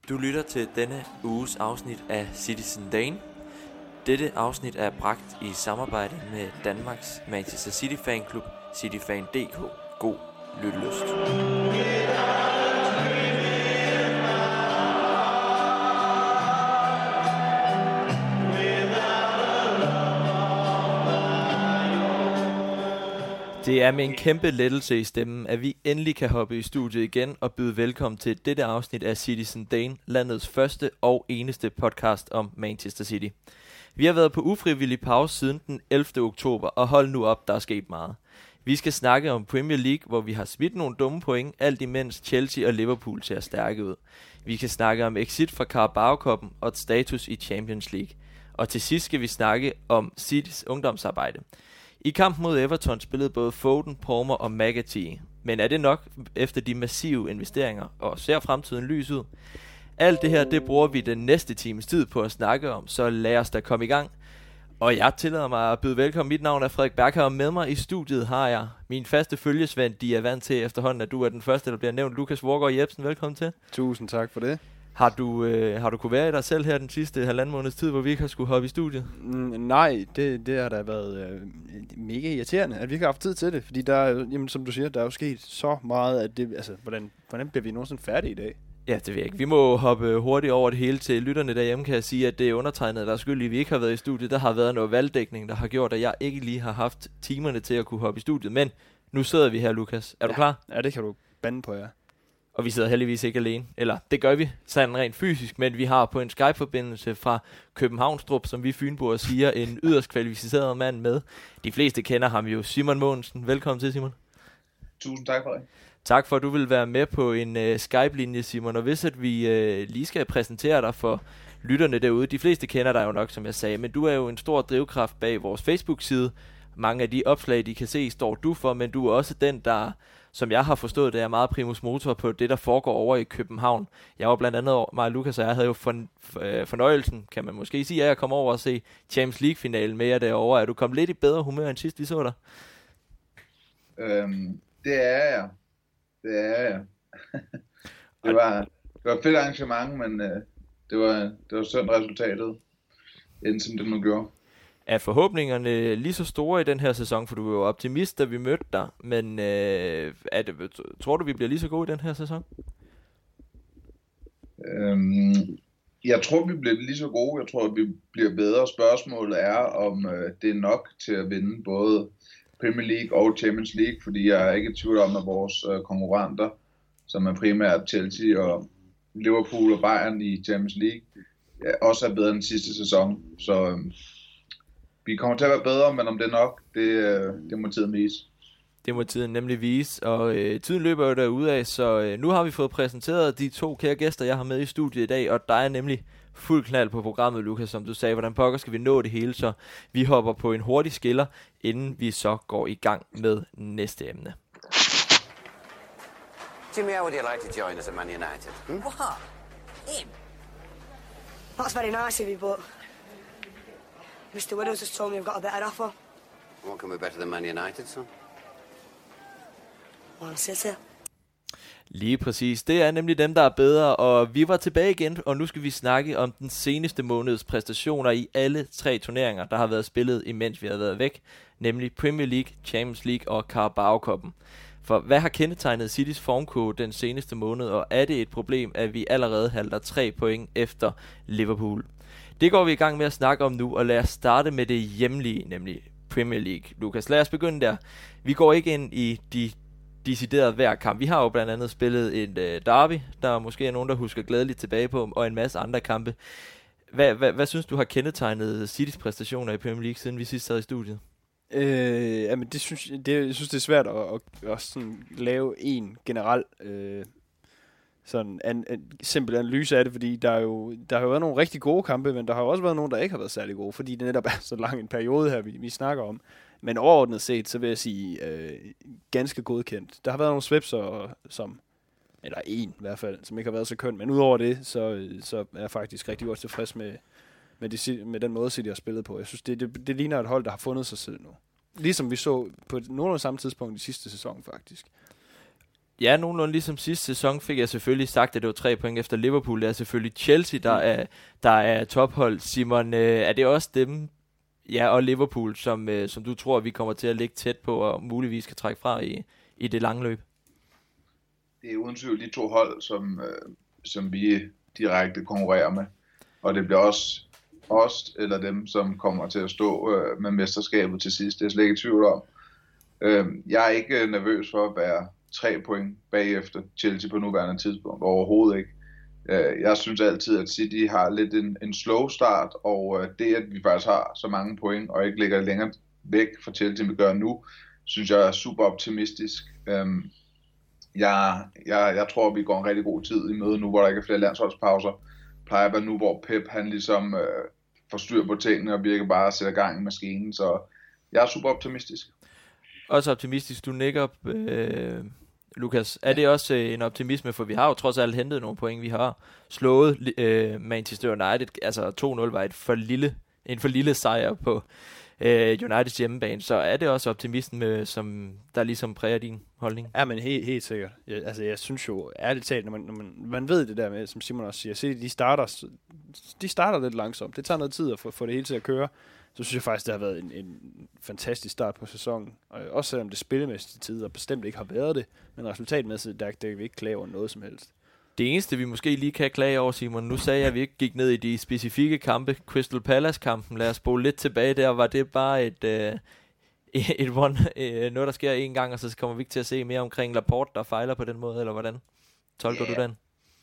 Du lytter til denne uges afsnit af Citizen Dane. Dette afsnit er bragt i samarbejde med Danmarks Manchester City fanklub, cityfan.dk. God lyttelyst. Det er med en kæmpe lettelse i stemmen, at vi endelig kan hoppe i studiet igen og byde velkommen til dette afsnit af Citizen Dane, landets første og eneste podcast om Manchester City. Vi har været på ufrivillig pause siden den 11. oktober, og hold nu op, der er sket meget. Vi skal snakke om Premier League, hvor vi har smidt nogle dumme point, alt imens Chelsea og Liverpool ser stærke ud. Vi kan snakke om exit fra Carabao-cuppen og status i Champions League. Og til sidst skal vi snakke om Citys ungdomsarbejde. I kampen mod Everton spillede både Foden, Palmer og McAtee. Men er det nok efter de massive investeringer, og ser fremtiden lys ud? Alt det her, det bruger vi den næste times tid på at snakke om, så lad os da komme i gang. Og jeg tillader mig at byde velkommen. Mit navn er Frederik Bergher, og med mig i studiet har jeg min faste følgesvend, de er vant til efterhånden, at du er den første, der bliver nævnt. Lukas Vorgård Jebsen, velkommen til. Tusind tak for det. Har du kunne være i dig selv her den sidste halvanden måneds tid, hvor vi ikke har skulle hoppe i studiet? Nej, det har da været mega irriterende, at vi ikke har haft tid til det. Fordi der er, jamen, som du siger, der er jo sket så meget, at det, altså, hvordan bliver vi nogensinde færdige i dag? Ja, det ved jeg ikke. Vi må hoppe hurtigt over det hele til lytterne derhjemme, kan jeg sige, at det er undertegnet, der er skyld i, at vi ikke har været i studiet. Der har været noget valgdækning, der har gjort, at jeg ikke lige har haft timerne til at kunne hoppe i studiet. Men nu sidder vi her, Lukas. Er du klar? Ja, det kan du bande på, ja. Og vi sidder heldigvis ikke alene. Eller det gør vi, sådan rent fysisk, men vi har på en Skype-forbindelse fra Københavnstrup, som vi fynboer siger, en yderst kvalificeret mand med. De fleste kender ham jo, Simon Mogensen. Velkommen til, Simon. Tusind tak for det. Tak for, at du vil være med på en Skype-linje, Simon. Og hvis at vi lige skal præsentere dig for lytterne derude. De fleste kender dig jo nok, som jeg sagde, men du er jo en stor drivkraft bag vores Facebook-side. Mange af de opslag, de kan se, står du for, men du er også den, der, som jeg har forstået, det er meget primus motor på det, der foregår over i København. Jeg var blandt andet, mig og Lukas og jeg havde jo fornøjelsen, kan man måske sige, at jeg kom over og se Champions League-finalen med jer derovre. Er du kommet lidt i bedre humør end sidst, vi så dig? Det er jeg. Det var et fedt arrangement, men det var synd resultatet, end som det nu gjorde. Er forhåbningerne lige så store i den her sæson, for du er jo optimist, da vi mødte dig, men tror du, vi bliver lige så gode i den her sæson? Jeg tror, vi bliver lige så gode. Jeg tror, vi bliver bedre. Spørgsmålet er, om det er nok til at vinde både Premier League og Champions League, fordi jeg er ikke i tvivl om, at vores konkurrenter, som er primært Chelsea og Liverpool og Bayern i Champions League, også er bedre end sidste sæson. Så vi kommer til at være bedre, men om det er nok, det må tiden vise. Det må tiden nemlig vise, og tiden løber jo derudad, så nu har vi fået præsenteret de to kære gæster, jeg har med i studiet i dag, og der er nemlig fuld knald på programmet, Lukas, som du sagde. Hvordan pokker skal vi nå det hele, så vi hopper på en hurtig skiller, inden vi så går i gang med næste emne. Jimmy, how would you like to join us at Man United? What? Him? That's very nice of you, but Mr. Widows has told me I've got a better offer. What can be better than Man United, son? Man City. Lige præcis. Det er nemlig dem, der er bedre, og vi var tilbage igen, og nu skal vi snakke om den seneste måneds præstationer i alle tre turneringer, der har været spillet, imens vi har været væk, nemlig Premier League, Champions League og Carabao-cuppen. For hvad har kendetegnet Citys formkurve den seneste måned, og er det et problem, at vi allerede halter 3 point efter Liverpool? Det går vi i gang med at snakke om nu, og lad os starte med det hjemlige, nemlig Premier League. Lukas, lad os begynde der. Vi går ikke ind i de decideret hver kamp. Vi har jo blandt andet spillet et derby, der måske er nogen, der husker glædeligt tilbage på, og en masse andre kampe. Hvad synes du har kendetegnet Citys præstationer i Premier League, siden vi sidst sad i studiet? Jamen jeg synes, det er svært at sådan lave en generel sådan en simpel analyse af det, fordi der har jo været nogle rigtig gode kampe, men der har jo også været nogle, der ikke har været særlig gode, fordi det netop er så lang en periode her, vi snakker om. Men overordnet set, så vil jeg sige, ganske godkendt. Der har været nogle svipser, eller en i hvert fald, som ikke har været så køn, men udover det, så er jeg faktisk rigtig godt tilfreds med den måde, City har spillet på. Jeg synes, det ligner et hold, der har fundet sig selv nu. Ligesom vi så på nogenlunde samme tidspunkt i sidste sæson, faktisk. Ja, nogenlunde ligesom sidste sæson fik jeg selvfølgelig sagt, at det var 3 point efter Liverpool. Det er selvfølgelig Chelsea, der er tophold. Simon, er det også dem, ja, og Liverpool, som du tror, vi kommer til at ligge tæt på og muligvis kan trække fra i det lange løb? Det er uden tvivl de 2 hold, som vi direkte konkurrerer med. Og det bliver også os eller dem, som kommer til at stå med mesterskabet til sidst. Det er slet ikke i tvivl om. Jeg er ikke nervøs for at være 3 point bagefter Chelsea på nuværende tidspunkt. Overhovedet ikke. Jeg synes altid, at City har lidt en slow start, og det, at vi faktisk har så mange point, og ikke ligger længere væk fra Chelsea, end vi gør nu, synes jeg er super optimistisk. Jeg tror, vi går en rigtig god tid i møde nu, hvor der ikke er flere landsholdspauser. Plejer at være nu, hvor Pep han ligesom får styr på tingene og virker bare at sætte gang i maskinen. Så jeg er super optimistisk. Også optimistisk. Du nikker, Lukas. Er det også en optimisme, for vi har jo trods alt hentet nogle point. Vi har slået Manchester United. Altså 2-0 var en for lille sejr på Uniteds hjemmebane. Så er det også optimisme, som der ligesom præger din holdning? Ja, men helt sikkert. Jeg synes jo ærligt talt, når man ved det der med, som Simon også siger, City, de starter lidt langsomt. Det tager noget tid at få det hele til at køre. Så synes jeg faktisk, det har været en fantastisk start på sæsonen. Og også selvom det spillemæssigt tider bestemt ikke har været det, men resultatmæssigt, der kan vi ikke klage over noget som helst. Det eneste, vi måske lige kan klage over, Simon, nu sagde jeg, at vi ikke gik ned i de specifikke kampe. Crystal Palace-kampen, lad os spole lidt tilbage der. Var det bare noget, der sker en gang, og så kommer vi ikke til at se mere omkring Laporte, der fejler på den måde, eller hvordan tolker du den?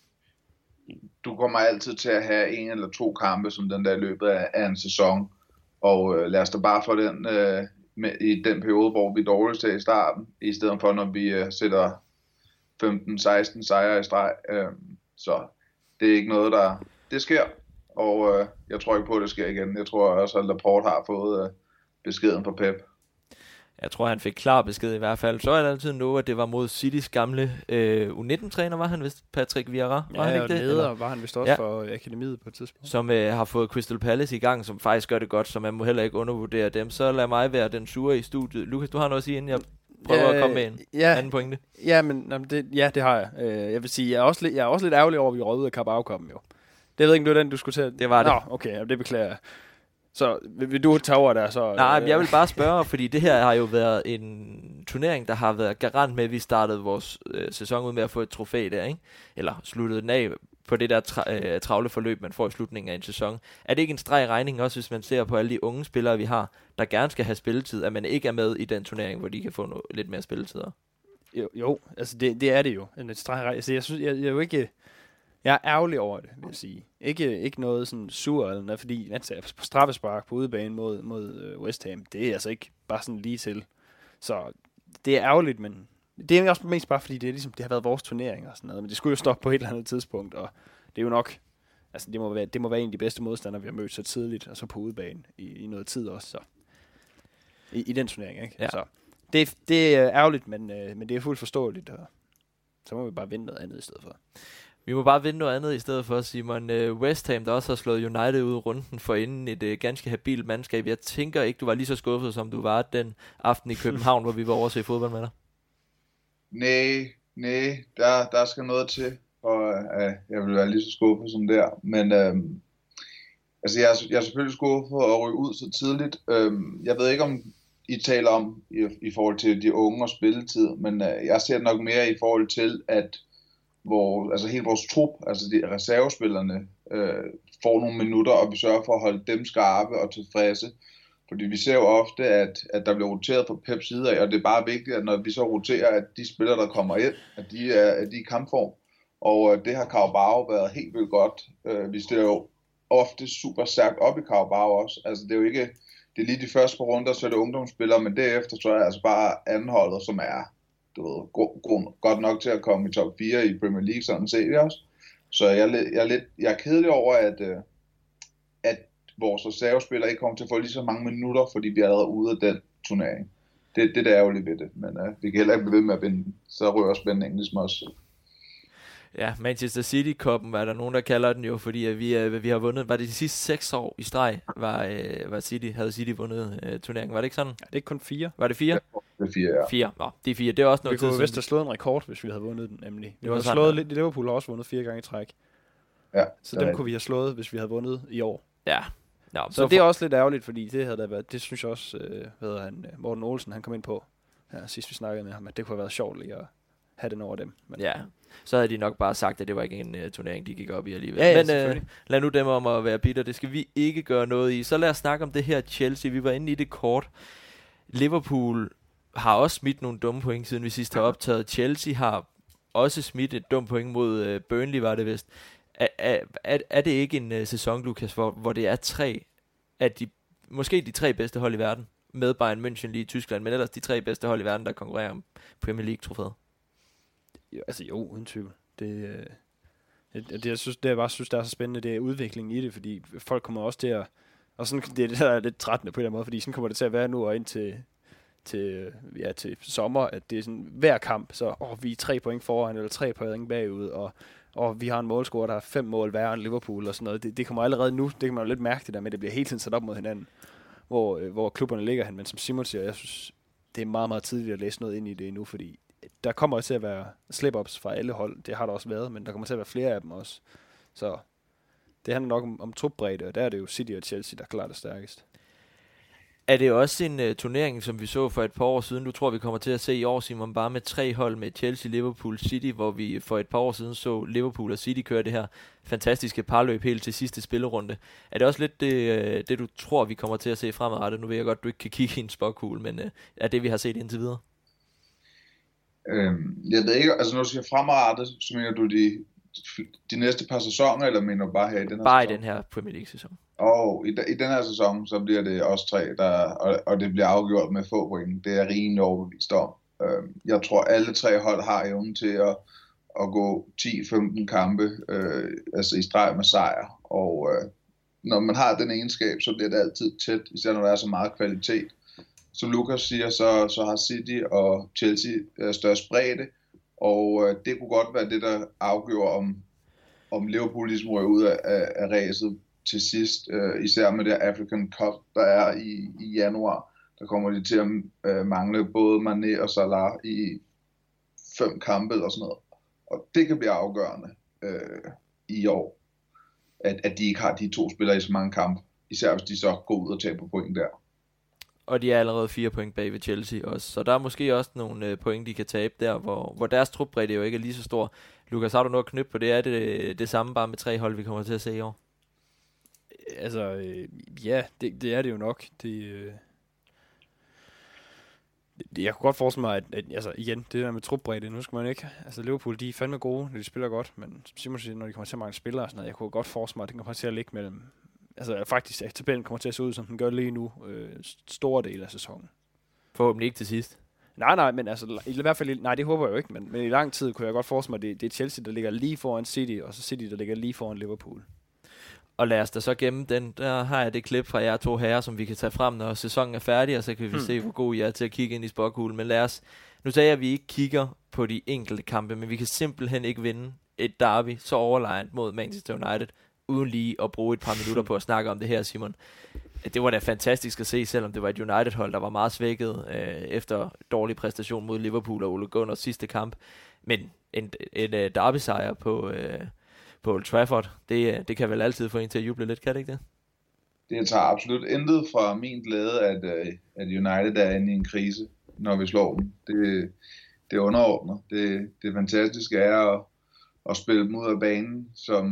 Du kommer altid til at have 1 eller 2 kampe, som den der i løbet af en sæson. Og lad os da bare få den i den periode, hvor vi er dårligst i starten, i stedet for når vi sætter 15-16 sejre i streg. Så det er ikke noget, det sker. Og jeg tror ikke på, at det sker igen. Jeg tror også, at Laporte har fået beskeden fra Pep. Jeg tror, han fik klar besked i hvert fald. Så er det altid noget, at det var mod Citys gamle U19-træner, var han vist, Patrick Vieira? Var han ikke det? Leder var han vist også for akademiet på et tidspunkt. Som har fået Crystal Palace i gang, som faktisk gør det godt, så man må heller ikke undervurdere dem. Så lad mig være den sure i studiet. Lukas, du har noget at sige, inden jeg prøver at komme med en anden pointe. Ja, det har jeg. Jeg vil sige, jeg er også lidt ærgerlig over, at vi rød ud af Carabao-koppen jo. Det ved ikke, det var den, du skulle til. Det var det. Nå, okay, det beklager jeg. Så vil du tage over der så? Nej, jeg vil bare spørge, fordi det her har jo været en turnering, der har været garant med, at vi startede vores sæson ud med at få et trofæ der, ikke? Eller sluttede den af på det der travle forløb, man får i slutningen af en sæson. Er det ikke en streg i regningen også, hvis man ser på alle de unge spillere, vi har, der gerne skal have spilletid, at man ikke er med i den turnering, hvor de kan få lidt mere spilletid? Jo, altså det er det jo. En streg i regningen. Altså, jeg synes, jeg er jo ikke... Jeg er ærgerlig over det, vil jeg sige. Ikke noget sådan sur eller noget, fordi på straffespark på udebane mod West Ham, det er altså ikke bare sådan lige til. Så det er ærgerligt, men det er også mest bare fordi, det har været vores turnering og sådan noget, men det skulle jo stoppe på et eller andet tidspunkt, og det er jo nok, altså det må være en af de bedste modstandere, vi har mødt så tidligt, og så på udebane i noget tid også, så i den turnering, ikke? Ja. Så det er ærgerligt, men det er fuldt forståeligt, og så må vi bare vinde noget andet i stedet for. Vi må bare vinde noget andet i stedet for, Simon. West Ham, der også har slået United ud i runden for inden et ganske habilt mandskab. Jeg tænker ikke, du var lige så skuffet, som du var den aften i København, hvor vi var over at se fodbold med dig. Nej, der skal noget til, og jeg vil være lige så skuffet som der. Men altså jeg er selvfølgelig skuffet for at rykke ud så tidligt. Jeg ved ikke, om I taler om i forhold til de unge og spilletid, men jeg ser det nok mere i forhold til, at hele vores trup, altså de reservespillerne, får nogle minutter, og vi sørger for at holde dem skarpe og tilfredse. Fordi vi ser jo ofte, at der bliver roteret fra Peps side af, og det er bare vigtigt, at når vi så roterer, at de spillere, der kommer ind, at de er i kampform. Og det har Carabao været helt vildt godt. Vi stiller jo ofte super stærkt op i Carabao også. Altså det er jo ikke, det er lige de første par runder, så er det ungdomsspillere, men derefter så er det altså bare andenholdet, som er godt nok til at komme i top 4 i Premier League, sådan set vi også. Så jeg er kedelig over, at vores reservespillere ikke kommer til at få lige så mange minutter, fordi vi er allerede ude af den turnering. Det der er jo lidt ved det, men vi kan heller ikke blive ved med at vinde. Så rører spændingen ligesom også. Ja, Manchester City-koppen er der nogen, der kalder den jo, fordi at vi har vundet, var det de sidste 6 år i streg, havde City vundet turneringen, var det ikke sådan? Ja, det er kun 4. Var det 4? Det er 4, ja. 4. Nå, det er 4. Det er også noget tid. Vi kunne vist have slået en rekord, hvis vi havde vundet den, nemlig. Vi har slået lidt. Liverpool har også vundet 4 gange i træk. Ja, så dem kunne vi have slået, hvis vi havde vundet i år. Ja. Nå, så det er også lidt ærgerligt, fordi det havde da været, det synes jeg også, Morten Olsen, han kom ind på, sidst vi snakkede med ham, at det kunne have været sjovt lige at have den over dem. Men, ja, så havde de nok bare sagt, at det var ikke en turnering, de gik op i alligevel. Ja, men lad nu dem om at være bitter, det skal vi ikke gøre noget i. Så lad os snakke om det her Chelsea. Vi var inde i det kort. Liverpool har også smidt nogle dumme point, siden vi sidst har optaget. Chelsea har også smidt et dumt point mod Burnley, var det vist. Er det ikke en sæson, Lukas, hvor det er 3 af måske de 3 bedste hold i verden, med Bayern München lige i Tyskland, men ellers de 3 bedste hold i verden, der konkurrerer om Premier League-trofæet? Jo, uden tvivl. Jeg synes, der er så spændende, det er udviklingen i det, fordi folk kommer også til at, og sådan, det der er lidt trættende på en eller anden måde, fordi sådan kommer det til at være nu og ind til sommer, at det er sådan hver kamp, så vi er 3 point foran, eller 3 point bagud, og vi har en målscore, der er 5 mål værre end Liverpool og sådan noget. Det kommer allerede nu, det kan man jo lidt mærke det der med, det bliver hele tiden sat op mod hinanden, hvor klubberne ligger hen, men som Simon siger, jeg synes, det er meget, meget tidligt at læse noget ind i det endnu, fordi der kommer også til at være slip-ups fra alle hold, det har der også været, men der kommer til at være flere af dem også. Så det handler nok om trupbredde, og der er det jo City og Chelsea, der klart er stærkest. Er det også en turnering, som vi så for et par år siden? Du tror, vi kommer til at se i år, Simon, bare med 3 hold med Chelsea, Liverpool, City, hvor vi for et par år siden så Liverpool og City køre det her fantastiske parløb helt til sidste spillerunde. Er det også lidt det, du tror, vi kommer til at se fremadrettet? Nu ved jeg godt, du ikke kan kigge i en spåkugle, men er det, vi har set indtil videre? Jeg ved ikke, altså når du siger fremadrettet, så mener du de næste par sæsoner, eller mener du bare her i den her bare sæson? I den her Premier League-sæson. Og i den her sæson, så bliver det også 3, og det bliver afgjort med få point. Det er rimelig overbevist om. Jeg tror, alle 3 hold har evnen til at gå 10-15 kampe altså i streg med sejr. Og når man har den egenskab, så bliver det altid tæt, især når der er så meget kvalitet. Som Lukas siger, så har City og Chelsea størst bredde, og det kunne godt være det, der afgjorde, om Liverpool ligesom røg ud af ræset til sidst, især med det African Cup, der er i januar. Der kommer de til at mangle både Mané og Salah i 5 kampe eller sådan noget. Og det kan blive afgørende i år, at de ikke har de 2 spillere i så mange kampe, især hvis de så går ud og taber point der. Og de er allerede 4 point bag ved Chelsea også. Så der er måske også nogle point, de kan tabe der, hvor deres trupbredde jo ikke er lige så stor. Lukas, har du noget at knytte på det? Er det samme bare med 3 hold, vi kommer til at se i år? Altså, ja, det er det jo nok. Jeg kunne godt forestille mig, at altså igen, det der med trupbredde, nu skal man ikke, altså Liverpool, de er fandme gode, når de spiller godt, men som Simon siger, når de kommer til mange spillere og sådan noget, jeg kunne godt forestille mig, at det kommer til at ligge mellem, altså faktisk, at tabellen kommer til at se ud, som den gør lige nu, store del af sæsonen. Forhåbentlig ikke til sidst. Nej, men altså, i hvert fald, nej, det håber jeg jo ikke, men i lang tid kunne jeg godt forestille mig, at det er Chelsea, der ligger lige foran City, og så City, der ligger lige foran Liverpool. Og lad os da så gemme den. Der har jeg det klip fra jer 2 herrer, som vi kan tage frem, når sæsonen er færdig, og så kan vi se, hvor god I er til at kigge ind i spåkuglen. Men lad os, nu sagde jeg, at vi ikke kigger på de enkelte kampe, men vi kan simpelthen ikke vinde et derby så overlegent mod Manchester United, uden lige at bruge et par minutter på at snakke om det her, Simon. Det var da fantastisk at se, selvom det var et United-hold, der var meget svækket efter dårlig præstation mod Liverpool og Ole Gunners sidste kamp. Men en derby-sejr på Old Trafford, det kan vel altid få en til at juble lidt, kan det ikke det? Det tager absolut intet fra min glæde, at United er inde i en krise, når vi slår dem. Det underordner. Det fantastiske er at spille dem ud af banen,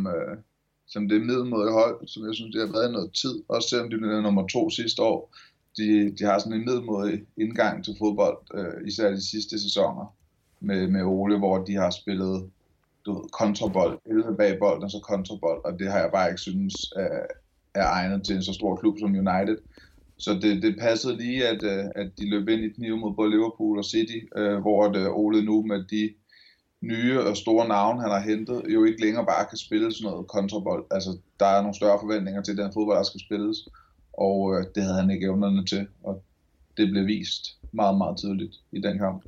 som det middelmådige hold, som jeg synes, det har været noget tid. Også selvom de blev nummer 2 sidste år. De har sådan en middelmådig indgang til fodbold, især de sidste sæsoner med Ole, hvor de har spillet kontrabold, 11 bag bolden og så kontrabold, og det har jeg bare ikke synes er egnet til en så stor klub som United. Så det passede lige, at de løb ind i knive mod både Liverpool og City, hvor Ole nu med de nye og store navne, han har hentet, jo ikke længere bare kan spille sådan noget kontrabold. Altså, der er nogle større forventninger til den fodbold, der skal spilles, og det havde han ikke evnerne til, og det blev vist meget, meget tydeligt i den kamp.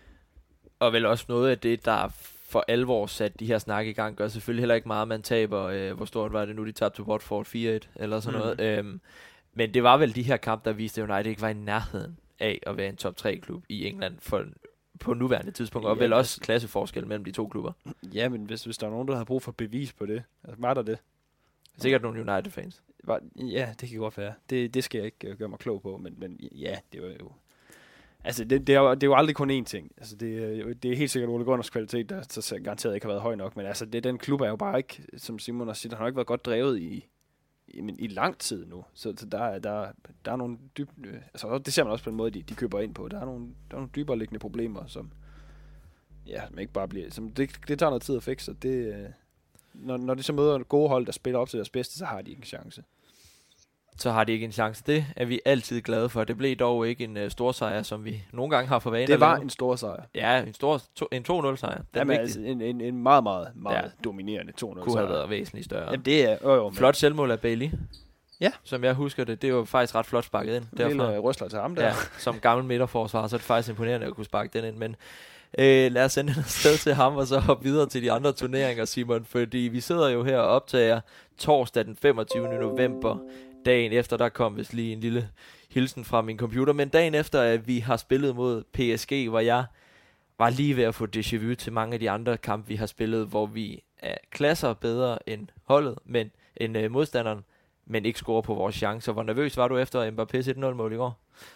Og vel også noget af det, der for alvor sat de her snak i gang, gør selvfølgelig heller ikke meget, man taber. Hvor stort var det nu, de tabte til Watford 4-1, eller sådan noget. Men det var vel de her kampe, der viste, at United ikke var i nærheden af at være en top 3 klub i England på nuværende tidspunkt, og Ja, vel også klasseforskel mellem de to klubber. Ja, men hvis der er nogen, der har brug for bevis på det, altså, var der det? Sikkert nogle United-fans. Ja, det kan godt være. Det skal jeg ikke gøre mig klog på, men ja, det var jo... Altså, det er jo aldrig kun én ting. Altså, det er helt sikkert Ole Gunners kvalitet, der så garanteret ikke har været høj nok, men altså, den klub er jo bare ikke, som Simon har sagt, den har ikke været godt drevet i lang tid nu. Så der er nogle altså, det ser man også på den måde, de køber ind på. Der er nogle dybere liggende problemer, som ikke bare bliver... Det tager noget tid at fikse, og det... Når de så møder gode hold, der spiller op til deres bedste, så har de ikke en chance. Så har de ikke en chance. Det er vi altid glade for. Det blev dog ikke en stor sejr, som vi nogle gange har for vane. Det var en stor sejr. Ja, en 2-0 sejr. Jamen, altså, en meget, meget, meget dominerende 2-0 sejr. Kunne have været væsentligt større. Jamen, det er... Flot selvmål af Bailey. Ja. Som jeg husker det. Det var faktisk ret flot sparket ind. En lille røsler til ham der. Ja, som gammel midterforsvar, så er det faktisk imponerende at kunne sparke den ind. Men lad os sende den afsted til ham, og så hoppe videre til de andre turneringer, Simon. Fordi vi sidder jo her og optager torsdag den 25. november. Dagen efter, der kom vist lige en lille hilsen fra min computer. Men dagen efter, at vi har spillet mod PSG, hvor jeg var lige ved at få déjà vu til mange af de andre kampe, vi har spillet, hvor vi er klasser bedre end holdet, men end modstanderen, men ikke scorer på vores chancer. Hvor nervøs var du efter Mbappé's 1-0-mål i går?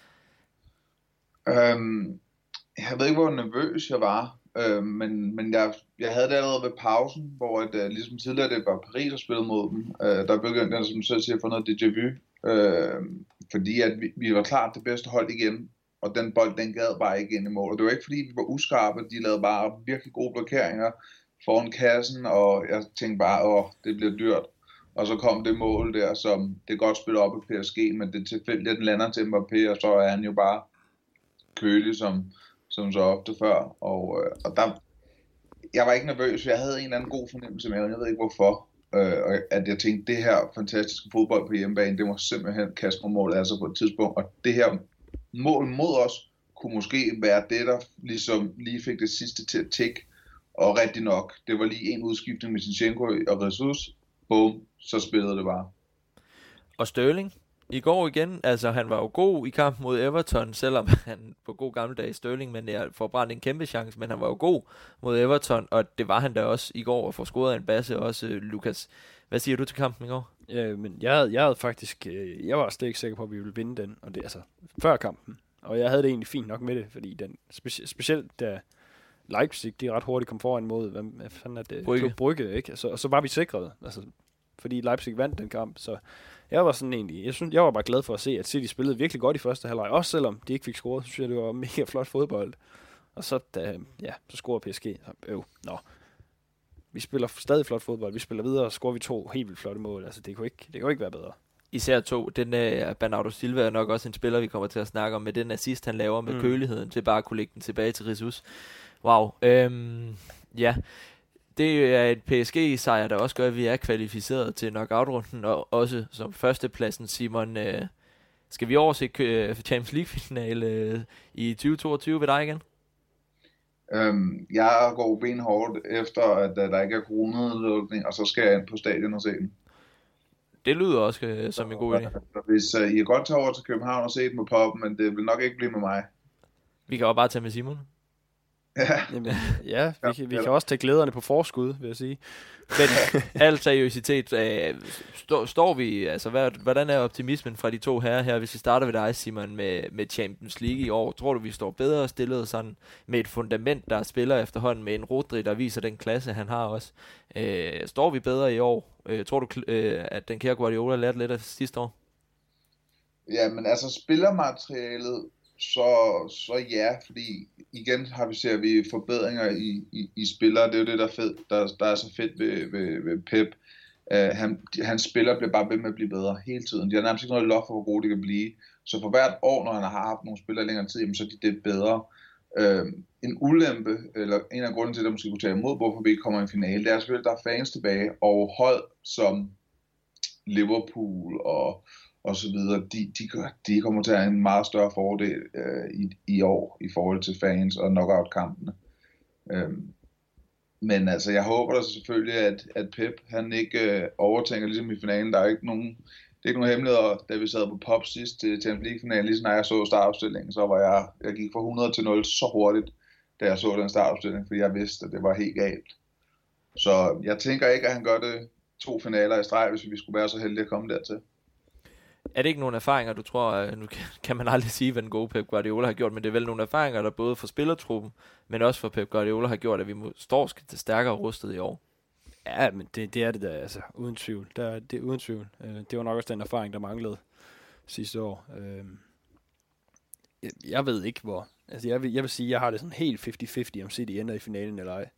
Jeg ved ikke, hvor nervøs jeg var, men jeg havde det allerede ved pausen, hvor ligesom tidligere det var Paris, der spillede mod dem. Der begyndte jeg, som du selv siger, at få noget déjà vu, fordi at vi var klart det bedste hold igen, og den bold, den gad bare ikke ind i mål. Og det var ikke fordi, vi var uskarpe, de lavede bare virkelig gode blokeringer foran kassen, og jeg tænkte bare, det bliver dyrt. Og så kom det mål der, som det godt spiller op i PSG, men det er tilfældigt, at den lander til Mbappé, og så er han jo bare kølig, som så ofte før. Og der, jeg var ikke nervøs, jeg havde en eller anden god fornemmelse med, og jeg ved ikke hvorfor, at jeg tænkte, det her fantastiske fodbold på hjemmebane, det må simpelthen kaste på mål, altså på et tidspunkt. Og det her mål mod os, kunne måske være det, der ligesom lige fik det sidste til at tikke. Og rigtig nok, det var lige en udskiftning med Zinchenko og Jesus. Boom, så spillede det bare. Og Sterling i går igen, altså han var jo god i kampen mod Everton, selvom han på god gammeldags Sterling, men jeg får brændt en kæmpe chance, men han var jo god mod Everton, og det var han da også i går, og får scoret en basse også, Lukas. Hvad siger du til kampen i går? Ja, men jeg havde faktisk, jeg var slet ikke sikker på, at vi ville vinde den, og det altså før kampen, og jeg havde det egentlig fint nok med det, fordi den, specielt da Leipzig, de ret hurtigt kom foran mod, hvad fanden er det? Brygge, ikke? Altså, og så var vi sikret, altså, fordi Leipzig vandt den kamp, så jeg var sådan egentlig, jeg var bare glad for at se, at City spillede virkelig godt i første halvleg, også selvom de ikke fik scoret, så synes jeg, det var mega flot fodbold. Og så, så scorer PSG. Vi spiller stadig flot fodbold, vi spiller videre, og scorer vi 2 helt vildt flotte mål. Altså, det kunne ikke være bedre. Især 2. Den Bernardo Silva er nok også en spiller, vi kommer til at snakke om, med den assist, han laver med køligheden til bare at kunne lægge den tilbage til Jesus. Wow. Ja. Det er et PSG-sejr, der også gør, at vi er kvalificeret til knockout-runden, og også som førstepladsen, Simon. Skal vi overse Champions League-finale i 2022 ved dig igen? Jeg går benhårdt efter, at der ikke er coronanedlukning, og så skal jeg ind på stadion og se den. Det lyder også som en god idé. Hvis I kan godt tage over til København og se den på poppen, men det vil nok ikke blive med mig. Vi kan også bare tage med Simon. Ja, jamen, vi kan også tage glæderne på forskud, vil jeg sige. Men al seriøsitet, står vi, altså hvordan er optimismen fra de to herrer her, hvis vi starter ved dig, Simon, med Champions League i år? Tror du, vi står bedre stillet sådan med et fundament, der spiller efterhånden, med en Rodri, der viser den klasse, han har også? Står vi bedre i år? Tror du, at den kære Guardiola lærte lidt af sidste år? Ja, men altså spillermaterialet, så ja, fordi igen ser vi forbedringer i spillere. Det er jo det, der er så fedt ved Pep. Hans spillere bliver bare ved med at blive bedre hele tiden. De har nærmest ikke noget loft for, hvor gode de kan blive. Så for hvert år, når han har haft nogle spillere længere tid, så er de det bedre. En ulempe, eller en af grunden til, at der måske kunne tage imod, hvorfor vi ikke kommer i en finale, det er selvfølgelig, at der er fans tilbage, og hold som Liverpool og så videre, de kommer til at have en meget større fordel i år i forhold til fans og knockout-kampene. Men altså, jeg håber da selvfølgelig, at Pep han ikke overtænker ligesom i finalen. Der er ikke nogen, er ikke nogen hemmelighed, da vi sad på pop sidst til Champions League-finalen, lige så når jeg så startopstillingen, så var jeg gik fra 100 til 0 så hurtigt, da jeg så den startopstilling, fordi jeg vidste, at det var helt galt. Så jeg tænker ikke, at han gør det 2 finaler i streg, hvis vi skulle være så heldige at komme dertil. Er det ikke nogle erfaringer, du tror, nu kan man aldrig sige, hvad den gode Pep Guardiola har gjort, men det er vel nogle erfaringer, der både for spillertruppen, men også for Pep Guardiola har gjort, at vi står stærkere rustet i år? Ja, men det er det der, altså, uden tvivl. Det er uden tvivl. Det var nok også den erfaring, der manglede sidste år. Jeg ved ikke, hvor. Altså, jeg vil sige, jeg har det sådan helt 50-50, om City ender i finalen eller ej.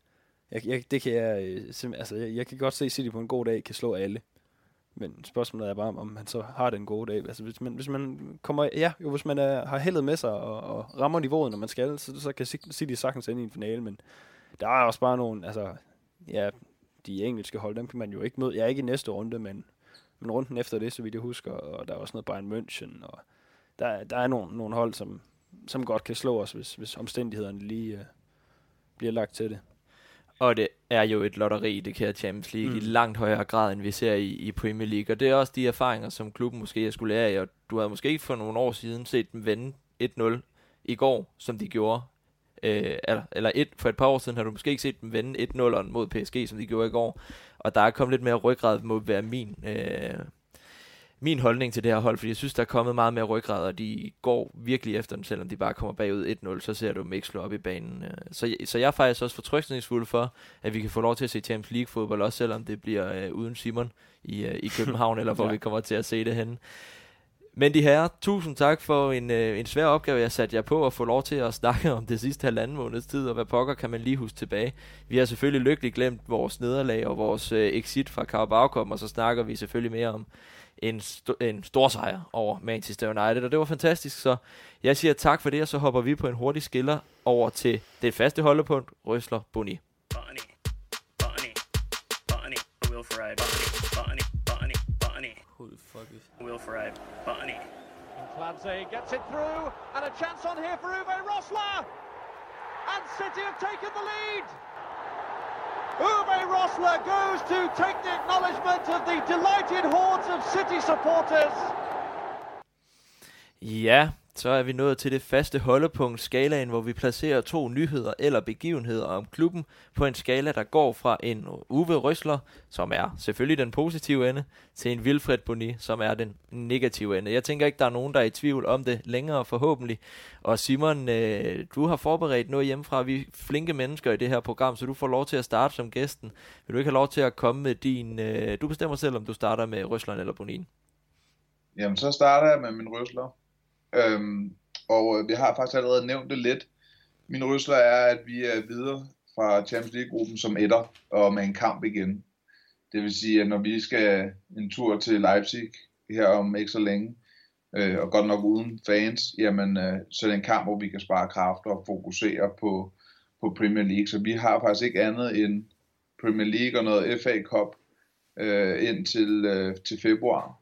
Jeg kan godt se, at City på en god dag kan slå alle. Men spørgsmålet er bare, om han så har den gode dag. Altså, hvis man kommer, hvis man har heldet med sig og rammer niveauet, når man skal, så kan City sagtens ende i en finale. Men der er også bare nogle, altså, ja, de engelske hold, dem kan man jo ikke møde. Jeg er ikke i næste runde, men runden efter det, så vidt jeg husker, og der er også noget Bayern München, og der er nogle hold, som godt kan slå os, hvis omstændighederne lige bliver lagt til det. Og det er jo et lotteri, det her Champions League, i langt højere grad, end vi ser i Premier League. Og det er også de erfaringer, som klubben måske har skulle lære af. Og du havde måske for nogle år siden set dem vende 1-0 i går, som de gjorde. For et par år siden har du måske ikke set dem vende 1-0 mod PSG, som de gjorde i går. Og der er kommet lidt mere ryggrad, må være min holdning til det her hold, fordi jeg synes, der er kommet meget mere ryggrad, og de går virkelig efter dem, selvom de bare kommer bagud 1-0, så ser du dem ikke slå op i banen. Så jeg er faktisk også fortrøstningsfuld for, at vi kan få lov til at se Champions League-fodbold, også selvom det bliver uden Simon i København, eller hvor vi kommer til at se det henne. Men de herrer, tusind tak for en svær opgave, jeg satte jer på at få lov til at snakke om det sidste halvanden måneds tid, og hvad pokker kan man lige huske tilbage. Vi har selvfølgelig lykkeligt glemt vores nederlag og vores exit fra Carabao Cup, og så snakker vi selvfølgelig mere om en stor sejr over Manchester United, og det var fantastisk, så jeg siger tak for det, og så hopper vi på en hurtig skiller over til det faste holdepunkt, Rösler Boni. Will Ferrari, Botany. Who the fuck is Will Ferrari, Botany. Clancy gets it through, and a chance on here for Uwe Rosler, and City have taken the lead. Uwe Rosler goes to take the acknowledgement of the delighted hordes of City supporters. Ja, så er vi nået til det faste holdepunkt skalaen, hvor vi placerer 2 nyheder eller begivenheder om klubben på en skala, der går fra en Uwe Rösler, som er selvfølgelig den positive ende, til en Wilfried Bony, som er den negative ende. Jeg tænker ikke, der er nogen, der er i tvivl om det længere forhåbentlig. Og Simon, du har forberedt noget hjemmefra. Vi er flinke mennesker i det her program, så du får lov til at starte som gæsten. Vil du ikke have lov til at komme med din... Du bestemmer selv, om du starter med Rösleren eller Bonin. Jamen, så starter jeg med min Rösler. Og vi har faktisk allerede nævnt det lidt. Min Rösler er, at vi er videre fra Champions League-gruppen som etter og med en kamp igen. Det vil sige, at når vi skal en tur til Leipzig her om ikke så længe, og godt nok uden fans, jamen, så er det en kamp, hvor vi kan spare kræfter og fokusere på Premier League. Så vi har faktisk ikke andet end Premier League og noget FA Cup ind til februar.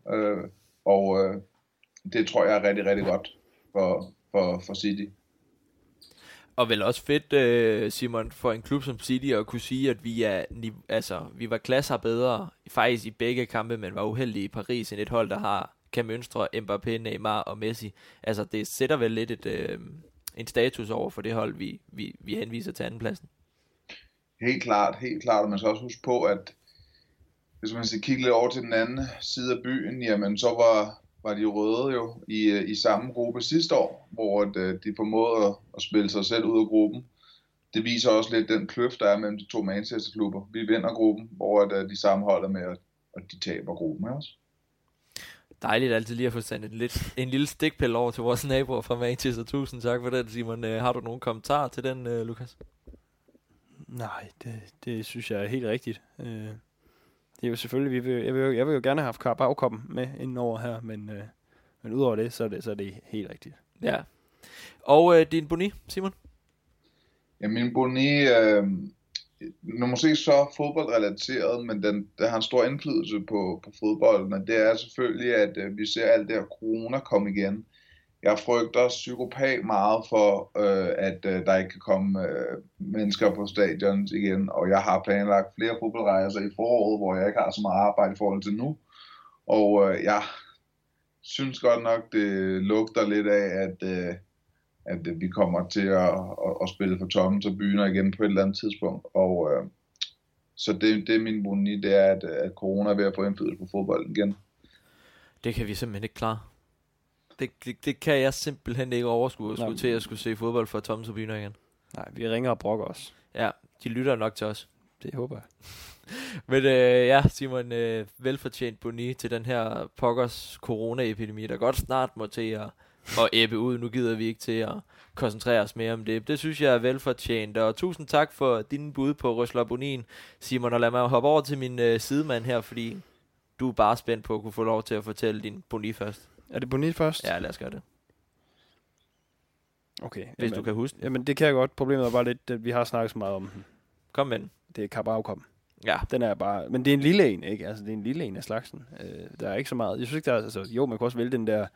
Det tror jeg er rigtig, rigtig godt for City. Og vel også fedt, Simon, for en klub som City at kunne sige, at vi var klasser bedre, faktisk i begge kampe, men var uheldige i Paris, end et hold, der har kan mønstre Mbappé, Neymar og Messi. Altså, det sætter vel lidt en status over for det hold, vi henviser til andenpladsen. Helt klart, og man skal også huske på, at hvis man skal kigge lidt over til den anden side af byen, jamen så var de røde jo i samme gruppe sidste år, hvor de formåede at spille sig selv ud af gruppen. Det viser også lidt den kløft, der er mellem de 2 Manchester-klubber. Vi vinder gruppen, hvor de samme holder med, og de taber gruppen også. Dejligt altid lige at få sendt en lille stikpille over til vores naboer fra Manchester. Tusind tak for det, Simon. Har du nogen kommentarer til den, Lukas? Nej, det synes jeg er helt rigtigt. Det er jo selvfølgelig, jeg vil jo gerne have haft Carabao-koppen med indenover her, men udover det, så er det helt rigtigt. Ja. Og din Boni, Simon? Ja, min Boni, nu måske så fodboldrelateret, men den har en stor indflydelse på fodbolden, og det er selvfølgelig, at vi ser alt det her corona komme igen. Jeg frygter psykopat meget for, at der ikke kan komme mennesker på stadion igen, og jeg har planlagt flere fodboldrejser i foråret, hvor jeg ikke har så meget arbejde i forhold til nu. Og synes godt nok, det lugter lidt af, at vi kommer til at spille for tomme tribuner igen på et eller andet tidspunkt. Og så det er min boni, det er, at corona er ved at få indflydelse på fodbolden igen. Det kan vi simpelthen ikke klare. Det kan jeg simpelthen ikke overskue til at skulle se fodbold for tomme tribuner igen. Nej, vi ringer og brokker os. Ja, de lytter nok til os. Det håber jeg. Men ja, Simon, velfortjent boni til den her pokkers corona-epidemi, der godt snart må til at ebbe ud. Nu gider vi ikke til at koncentrere os mere om det. Det synes jeg er velfortjent, og tusind tak for din bud på Røsler Bonin, Simon, og lad mig hoppe over til min sidemand her, fordi du er bare spændt på at kunne få lov til at fortælle din boni først. Er det boni først? Ja, lad os gøre det. Okay. Hvis du kan huske. Jamen, det kan jeg godt. Problemet er bare lidt, at vi har snakket så meget om den. Kom med den. Det er Carabao. Ja. Den er bare... Men det er en lille en, ikke? Altså, det er en lille en af slagsen. Der er ikke så meget... Jeg synes ikke, der er... Altså, jo, man kan også vælge den der...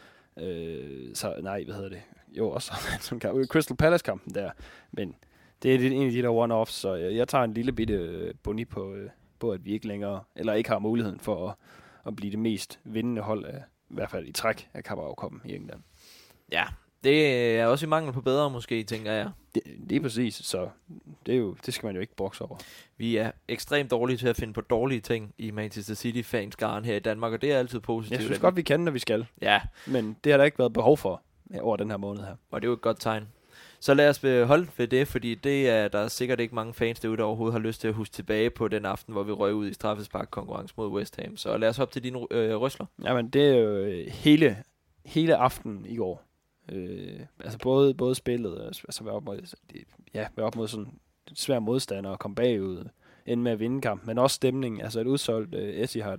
hvad hedder det? Jo, også sådan Crystal Palace-kampen der. Men det er en af de der one-offs, så jeg tager en lille bitte boni på, at vi ikke længere... Eller ikke har muligheden for at blive det mest vindende hold af... I hvert fald i træk af Carabao-koppen i England. Ja, det er også i mangel på bedre måske, tænker jeg. Det er præcis, så det skal man jo ikke brokse over. Vi er ekstremt dårlige til at finde på dårlige ting i Manchester City-fanskaren her i Danmark, og det er altid positivt. Jeg synes godt, vi kan, når vi skal. Ja. Men det har der ikke været behov for over den her måned her. Og det er jo et godt tegn. Så lad os holde ved det, fordi det er der er sikkert ikke mange fans derude, der overhovedet har lyst til at huske tilbage på den aften, hvor vi røg ud i straffespark-konkurrence mod West Ham. Så lad os hoppe til dine røsler. Jamen, det er jo hele aftenen i går. Altså både spillet, altså være op mod sådan en svær modstander og komme bagud, ende med at vinde kampen, men også stemningen, altså et udsolgt Etihad.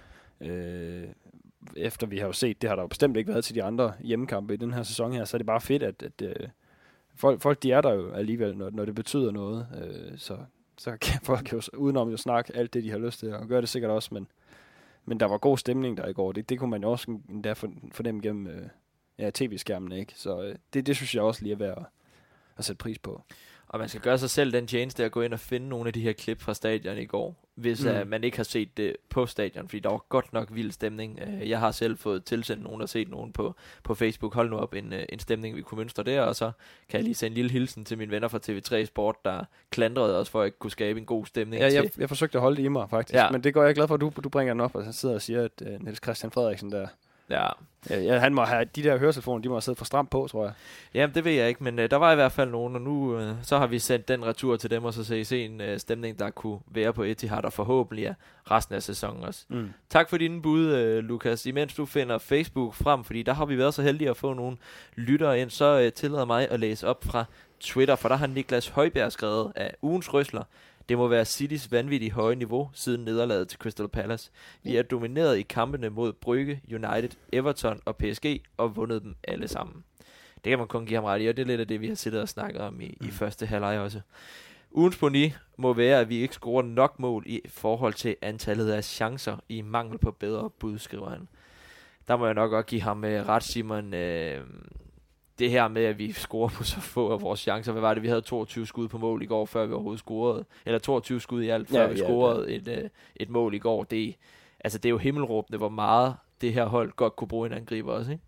Efter vi har jo set, det har der jo bestemt ikke været til de andre hjemmekampe i den her sæson her, så er det bare fedt, at folk de er der jo alligevel, når det betyder noget, så kan folk jo udenom jo snakke alt det, de har lyst til, og gøre det sikkert også, men der var god stemning der i går, det kunne man jo også endda fornemme gennem tv-skærmen, ikke? Så det synes jeg også lige er værd at sætte pris på. Og man skal gøre sig selv den tjeneste at gå ind og finde nogle af de her klip fra stadion i går, hvis man ikke har set det på stadion, fordi der var godt nok vild stemning. Jeg har selv fået tilsendt nogen og set nogen på Facebook. Hold nu op, en stemning, vi kunne mønstre der, og så kan jeg lige sende en lille hilsen til mine venner fra TV3 Sport, der klandrede os for at ikke kunne skabe en god stemning. Ja, jeg forsøgte at holde det i mig, faktisk, men det går jeg glad for, at du bringer den op, og så sidder og siger, at Niels Christian Frederiksen der... Ja, han må have de der høretelefoner, de må have siddet for stramt på, tror jeg. Jamen, det ved jeg ikke, men der var i hvert fald nogen, og nu så har vi sendt den retur til dem, og så se en stemning, der kunne være på Etihad, og forhåbentlig resten af sæsonen også. Tak for dine bud, Lukas. Imens du finder Facebook frem, fordi der har vi været så heldige at få nogle lyttere ind, så tillader mig at læse op fra Twitter, for der har Niklas Højbjerg skrevet af ugens røsler. Det må være Citys vanvittigt høje niveau siden nederlaget til Crystal Palace. Vi er domineret i kampene mod Brygge, United, Everton og PSG og vundet dem alle sammen. Det kan man kun give ham ret i, og det er lidt af det, vi har siddet og snakket om i første halvleg også. Ugens boni må være, at vi ikke scorer nok mål i forhold til antallet af chancer i mangel på bedre bud, skriver han. Der må jeg nok også give ham ret, Simon. Det her med, at vi scorer på så få af vores chancer. Hvad var det? Vi havde 22 skud på mål i går, før vi overhovedet scorede. Eller 22 skud i alt, før vi scorede et mål i går. Det er jo himmelråbende, hvor meget det her hold godt kunne bruge en angriber også, ikke?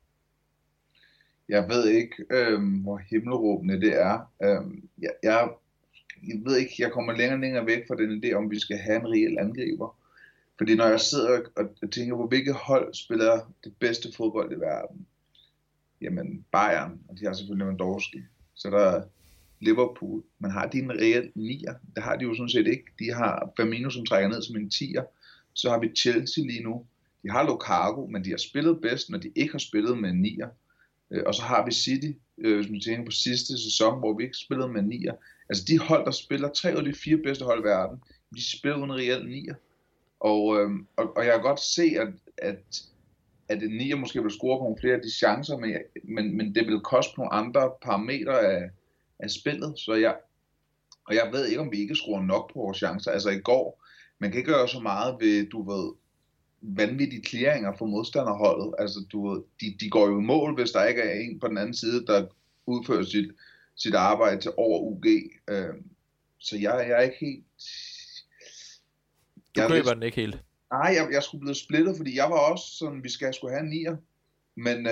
Jeg ved ikke, hvor himmelråbende det er. Jeg ved ikke, jeg kommer længere væk fra den idé, om vi skal have en reel angriber. Fordi når jeg sidder og tænker på, hvilket hold spiller det bedste fodbold i verden, jamen Bayern, og de har selvfølgelig Lewandowski. Så der er Liverpool. Men har de en reel nier? Det har de jo sådan set ikke. De har Firmino, som trækker ned som en tier. Så har vi Chelsea lige nu. De har Lukaku, men de har spillet bedst, når de ikke har spillet med en nier. Og så har vi City, hvis man tænker på sidste sæson, hvor vi ikke spillede med en nier. Altså de hold, der spiller 3 af de 4 bedste hold i verden, de spiller uden reel nier. Og jeg kan godt se, at en nier måske vil score på nogle flere af de chancer, men det vil koste nogle andre parametre af spillet. Så jeg ved ikke, om vi ikke scorer nok på vores chancer. Altså i går, man kan ikke gøre så meget ved, vanvittige clearinger for modstanderholdet. Altså de går jo i mål, hvis der ikke er en på den anden side, der udfører sit arbejde til over UG. Så jeg er ikke helt... Du køber den ikke helt? Nej, jeg skulle blive splittet, fordi jeg var også sådan, vi skulle have en nier. Men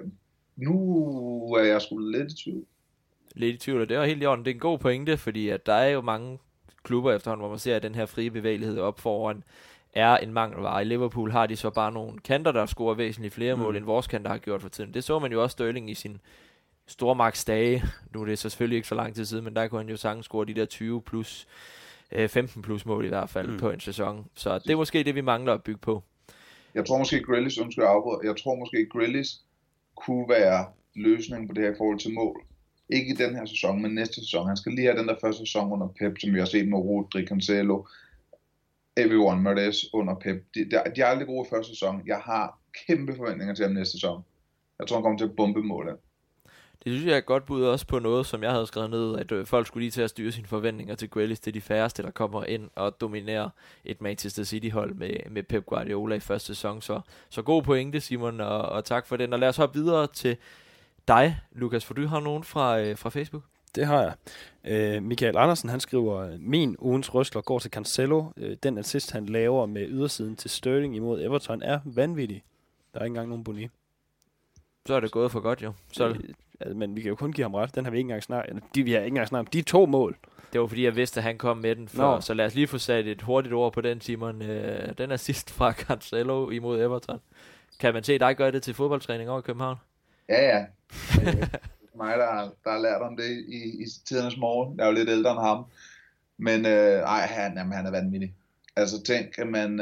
nu er jeg sgu lidt i tvivl. Lidt i tvivl, og det er helt i orden. Det er en god pointe, fordi at der er jo mange klubber efterhånden, hvor man ser, at den her frie bevægelighed op foran er en mangelvare. I Liverpool har de så bare nogle kanter, der scorer væsentligt flere mål, end vores kanter har gjort for tiden. Det så man jo også Sterling i sin stormagtsdage. Nu er det så selvfølgelig ikke så lang tid siden, men der kunne han jo sagtens score de der 20 plus 15 plus mål i hvert fald på en sæson. Så det er måske det, vi mangler at bygge på. Jeg tror måske Grealish, Grealish kunne være løsningen på det her i forhold til mål. Ikke i den her sæson, men næste sæson. Han skal lige have den der første sæson under Pep, som vi har set med Rodri, Cancelo, everyone, Mahrez under Pep. De er aldrig gode i første sæson. Jeg har kæmpe forventninger til ham næste sæson. Jeg tror, han kommer til at bombe målet. Det synes jeg er et godt bud også på noget, som jeg havde skrevet ned, at folk skulle lige til at styre sine forventninger til Grealish. Det er de færreste, der kommer ind og dominerer et Manchester City-hold med Pep Guardiola i første sæson. Så god pointe, Simon, og tak for den. Og lad os hoppe videre til dig, Lukas, for du har nogen fra Facebook. Det har jeg. Michael Andersen, han skriver, min ugens røsler går til Cancelo. Den assist, han laver med ydersiden til Sterling imod Everton, er vanvittig. Der er ikke engang nogen boni. Så er det gået for godt, jo. Men vi kan jo kun give ham ret. Den har vi ikke engang snakket. Vi har ikke engang snakket om de 2 mål. Det var fordi, jeg vidste, at han kom med den før. Så lad os lige få sat et hurtigt ord på den, Simon. Den assist fra Cancelo imod Everton. Kan man se dig gøre det til fodboldtræning over i København? Ja. Mig, der har lært om det i tidernes morgen. Jeg er jo lidt ældre end ham. Men han er vanvittig. Altså tænk, at man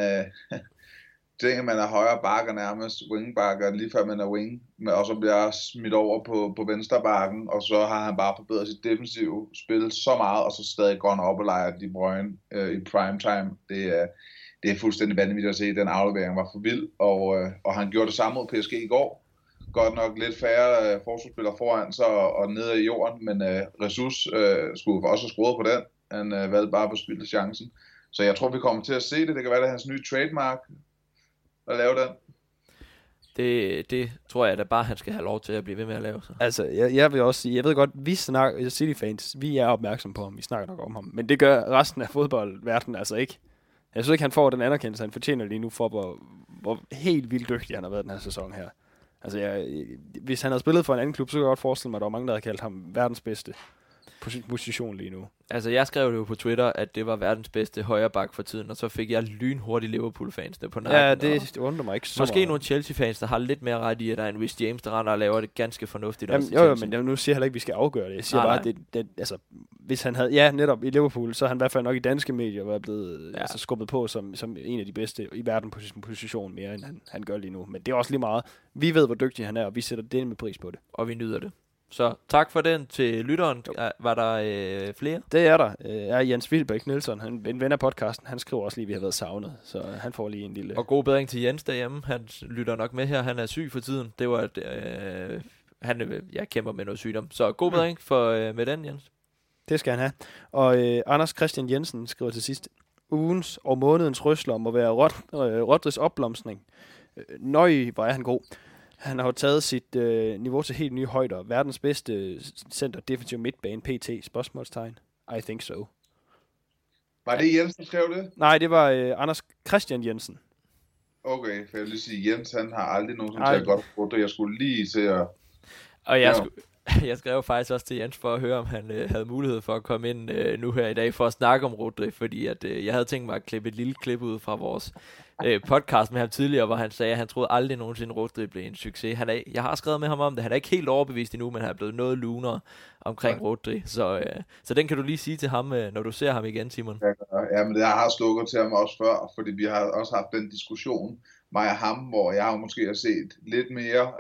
er højre bakker nærmest, wingbakker, lige før man er wing, og så bliver smidt over på venstre bakken, og så har han bare forbedret sit defensive spil så meget, og så stadig går han op og leger De Bruyne i primetime. Det er fuldstændig vanvittigt at se. Den aflevering var for vild, og han gjorde det samme mod PSG i går. Godt nok lidt færre forsvarsspillere foran sig og nede i jorden, men Jesus skulle også have scoret på den. Han valgte bare på spillet chancen. Så jeg tror, vi kommer til at se det. Det kan være, det er hans nye trademark at lave den. Det tror jeg da bare, han skal have lov til at blive ved med at lave. Så. Altså, jeg vil også sige, jeg ved godt, vi snakker, City-fans, vi er opmærksomme på ham, vi snakker nok om ham, men det gør resten af fodboldverdenen altså ikke. Jeg synes ikke, han får den anerkendelse, han fortjener lige nu for, hvor helt vildt dygtig han har været den her sæson her. Altså, hvis han havde spillet for en anden klub, så kan jeg godt forestille mig, at der var mange, der havde kaldt ham verdens bedste position lige nu. Altså, jeg skrev det jo på Twitter, at det var verdens bedste højreback for tiden, og så fik jeg lynhurtigt Liverpool-fansene på nakken. Ja, det undrer mig ikke så måske meget. Nogle Chelsea-fans, der har lidt mere ret i, at der er en Rhys James, der render og laver det ganske fornuftigt. Jamen, også jo, men nu siger jeg heller ikke, at vi skal afgøre det. Jeg siger bare, at altså, hvis han havde, netop i Liverpool, så har han i hvert fald nok i danske medier været blevet skubbet på som en af de bedste i verden på sin position, mere end han gør lige nu. Men det er også lige meget. Vi ved, hvor dygtig han er, og vi sætter det med pris på det. Og vi nyder det. Så tak for den til lytteren. Var der flere? Det er der. Jens Wilbæk Nielsen, en ven af podcasten, han skriver også lige, at vi har været savnet. Så han får lige en lille... Og god bedring til Jens derhjemme. Han lytter nok med her. Han er syg for tiden. Det var, han kæmper med noget sygdom. Så god bedring med den, Jens. Det skal han have. Og Anders Christian Jensen skriver til sidst, ugens og månedens røsler må være Rodris opblomstring. Nøj, hvor er han god. Han har jo taget sit niveau til helt nye højder. Verdens bedste center defensiv midtbane, PT, spørgsmålstegn. I think so. Var det Jens, der skrev det? Nej, det var Anders Christian Jensen. Okay, for jeg vil lige sige, Jens han har aldrig nogensinde taget godt på det. Jeg skulle lige til at... Og jeg skrev faktisk også til Jens for at høre, om han havde mulighed for at komme ind nu her i dag for at snakke om Rodri, fordi at, jeg havde tænkt mig at klippe et lille klip ud fra vores podcast med ham tidligere, hvor han sagde, at han troede aldrig nogensinde Rodri blev en succes. Jeg har skrevet med ham om det. Han er ikke helt overbevist endnu, men han er blevet noget lunere omkring Rodri. Så den kan du lige sige til ham, når du ser ham igen, Simon. Ja, men det har jeg slukket til ham også før, fordi vi har også haft den diskussion, mig og ham, hvor jeg har måske set lidt mere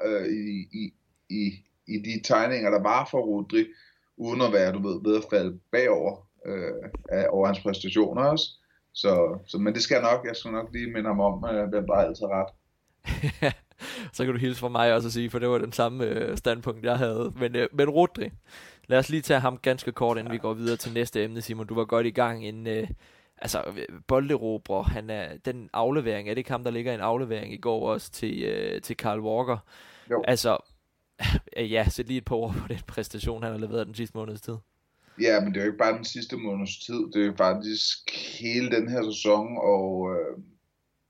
i de tegninger, der var for Rodri, uden at være, ved at falde bagover over hans præstationer også. Så, men det skal jeg skal nok lige minde ham om, hvem der altid ret. Så kan du hilse fra mig også at sige, for det var den samme standpunkt, jeg havde. Men Rodri, lad os lige tage ham ganske kort, inden vi går videre til næste emne, Simon. Du var godt i gang. Bolderobrer, han er den aflevering, er det ikke ham, der ligger en aflevering i går også til Kyle Walker? Jo. Altså, sæt lige et par ord på den præstation, han har leveret den sidste måneds tid. Ja, men det er jo ikke bare den sidste måneds tid, det er jo faktisk hele den her sæson, og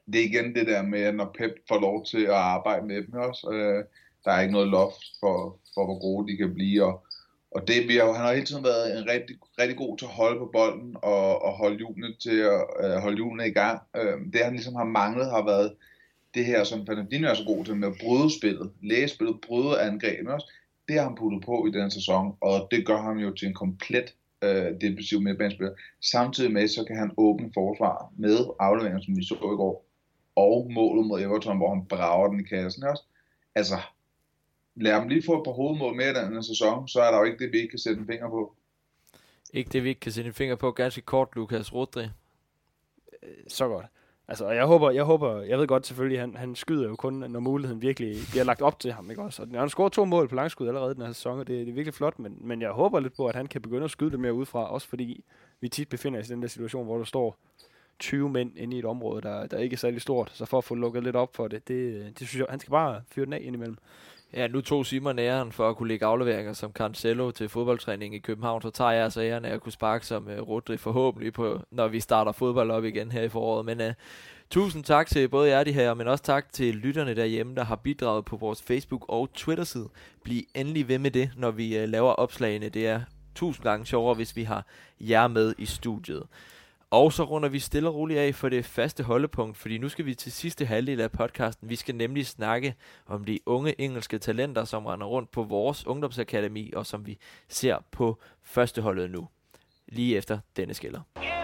det er igen det der med, at når Pep får lov til at arbejde med dem også, der er ikke noget loft for hvor gode de kan blive, og det, han har hele tiden været en rigtig, rigtig god til at holde på bolden og holde hjulene i gang. Det han ligesom har manglet har været det her, som Fernandinho er så god til med at bryde spillet, læse spillet, bryde angrebene også. Det har han puttet på i den sæson, og det gør ham jo til en komplet defensiv midtbanespiller. Samtidig med, så kan han åbne forsvar med afleveringer, som vi så i går, og målet mod Everton, hvor han brager den i kassen også. Altså, lad ham lige få et par hovedmål med i den sæson, så er der jo ikke det, vi ikke kan sætte en finger på. Ikke det, vi ikke kan sætte en finger på. Ganske kort, Lukas Rodri. Så godt. Altså, jeg ved godt selvfølgelig, han skyder jo kun, når muligheden virkelig bliver lagt op til ham, ikke også? Og han har scoret 2 mål på langskud allerede den her sæson, og det er virkelig flot, men jeg håber lidt på, at han kan begynde at skyde det mere udefra, også fordi vi tit befinder os i den der situation, hvor der står 20 mænd inde i et område, der ikke er særlig stort, så for at få lukket lidt op for det synes jeg, han skal bare fyre den af indimellem. Ja, nu tog Simon æren for at kunne lægge afleveringer som Cancelo til fodboldtræning i København, så tager jeg altså æren af at kunne sparke som Rodri forhåbentlig på, når vi starter fodbold op igen her i foråret. Men tusind tak til både jer de her, men også tak til lytterne derhjemme, der har bidraget på vores Facebook- og Twitter-side. Bliv endelig ved med det, når vi laver opslagene. Det er 1000 gange sjovere, hvis vi har jer med i studiet. Og så runder vi stille og roligt af for det faste holdepunkt, fordi nu skal vi til sidste halvdel af podcasten. Vi skal nemlig snakke om de unge engelske talenter, som render rundt på vores ungdomsakademi, og som vi ser på førsteholdet nu. Lige efter denne skiller.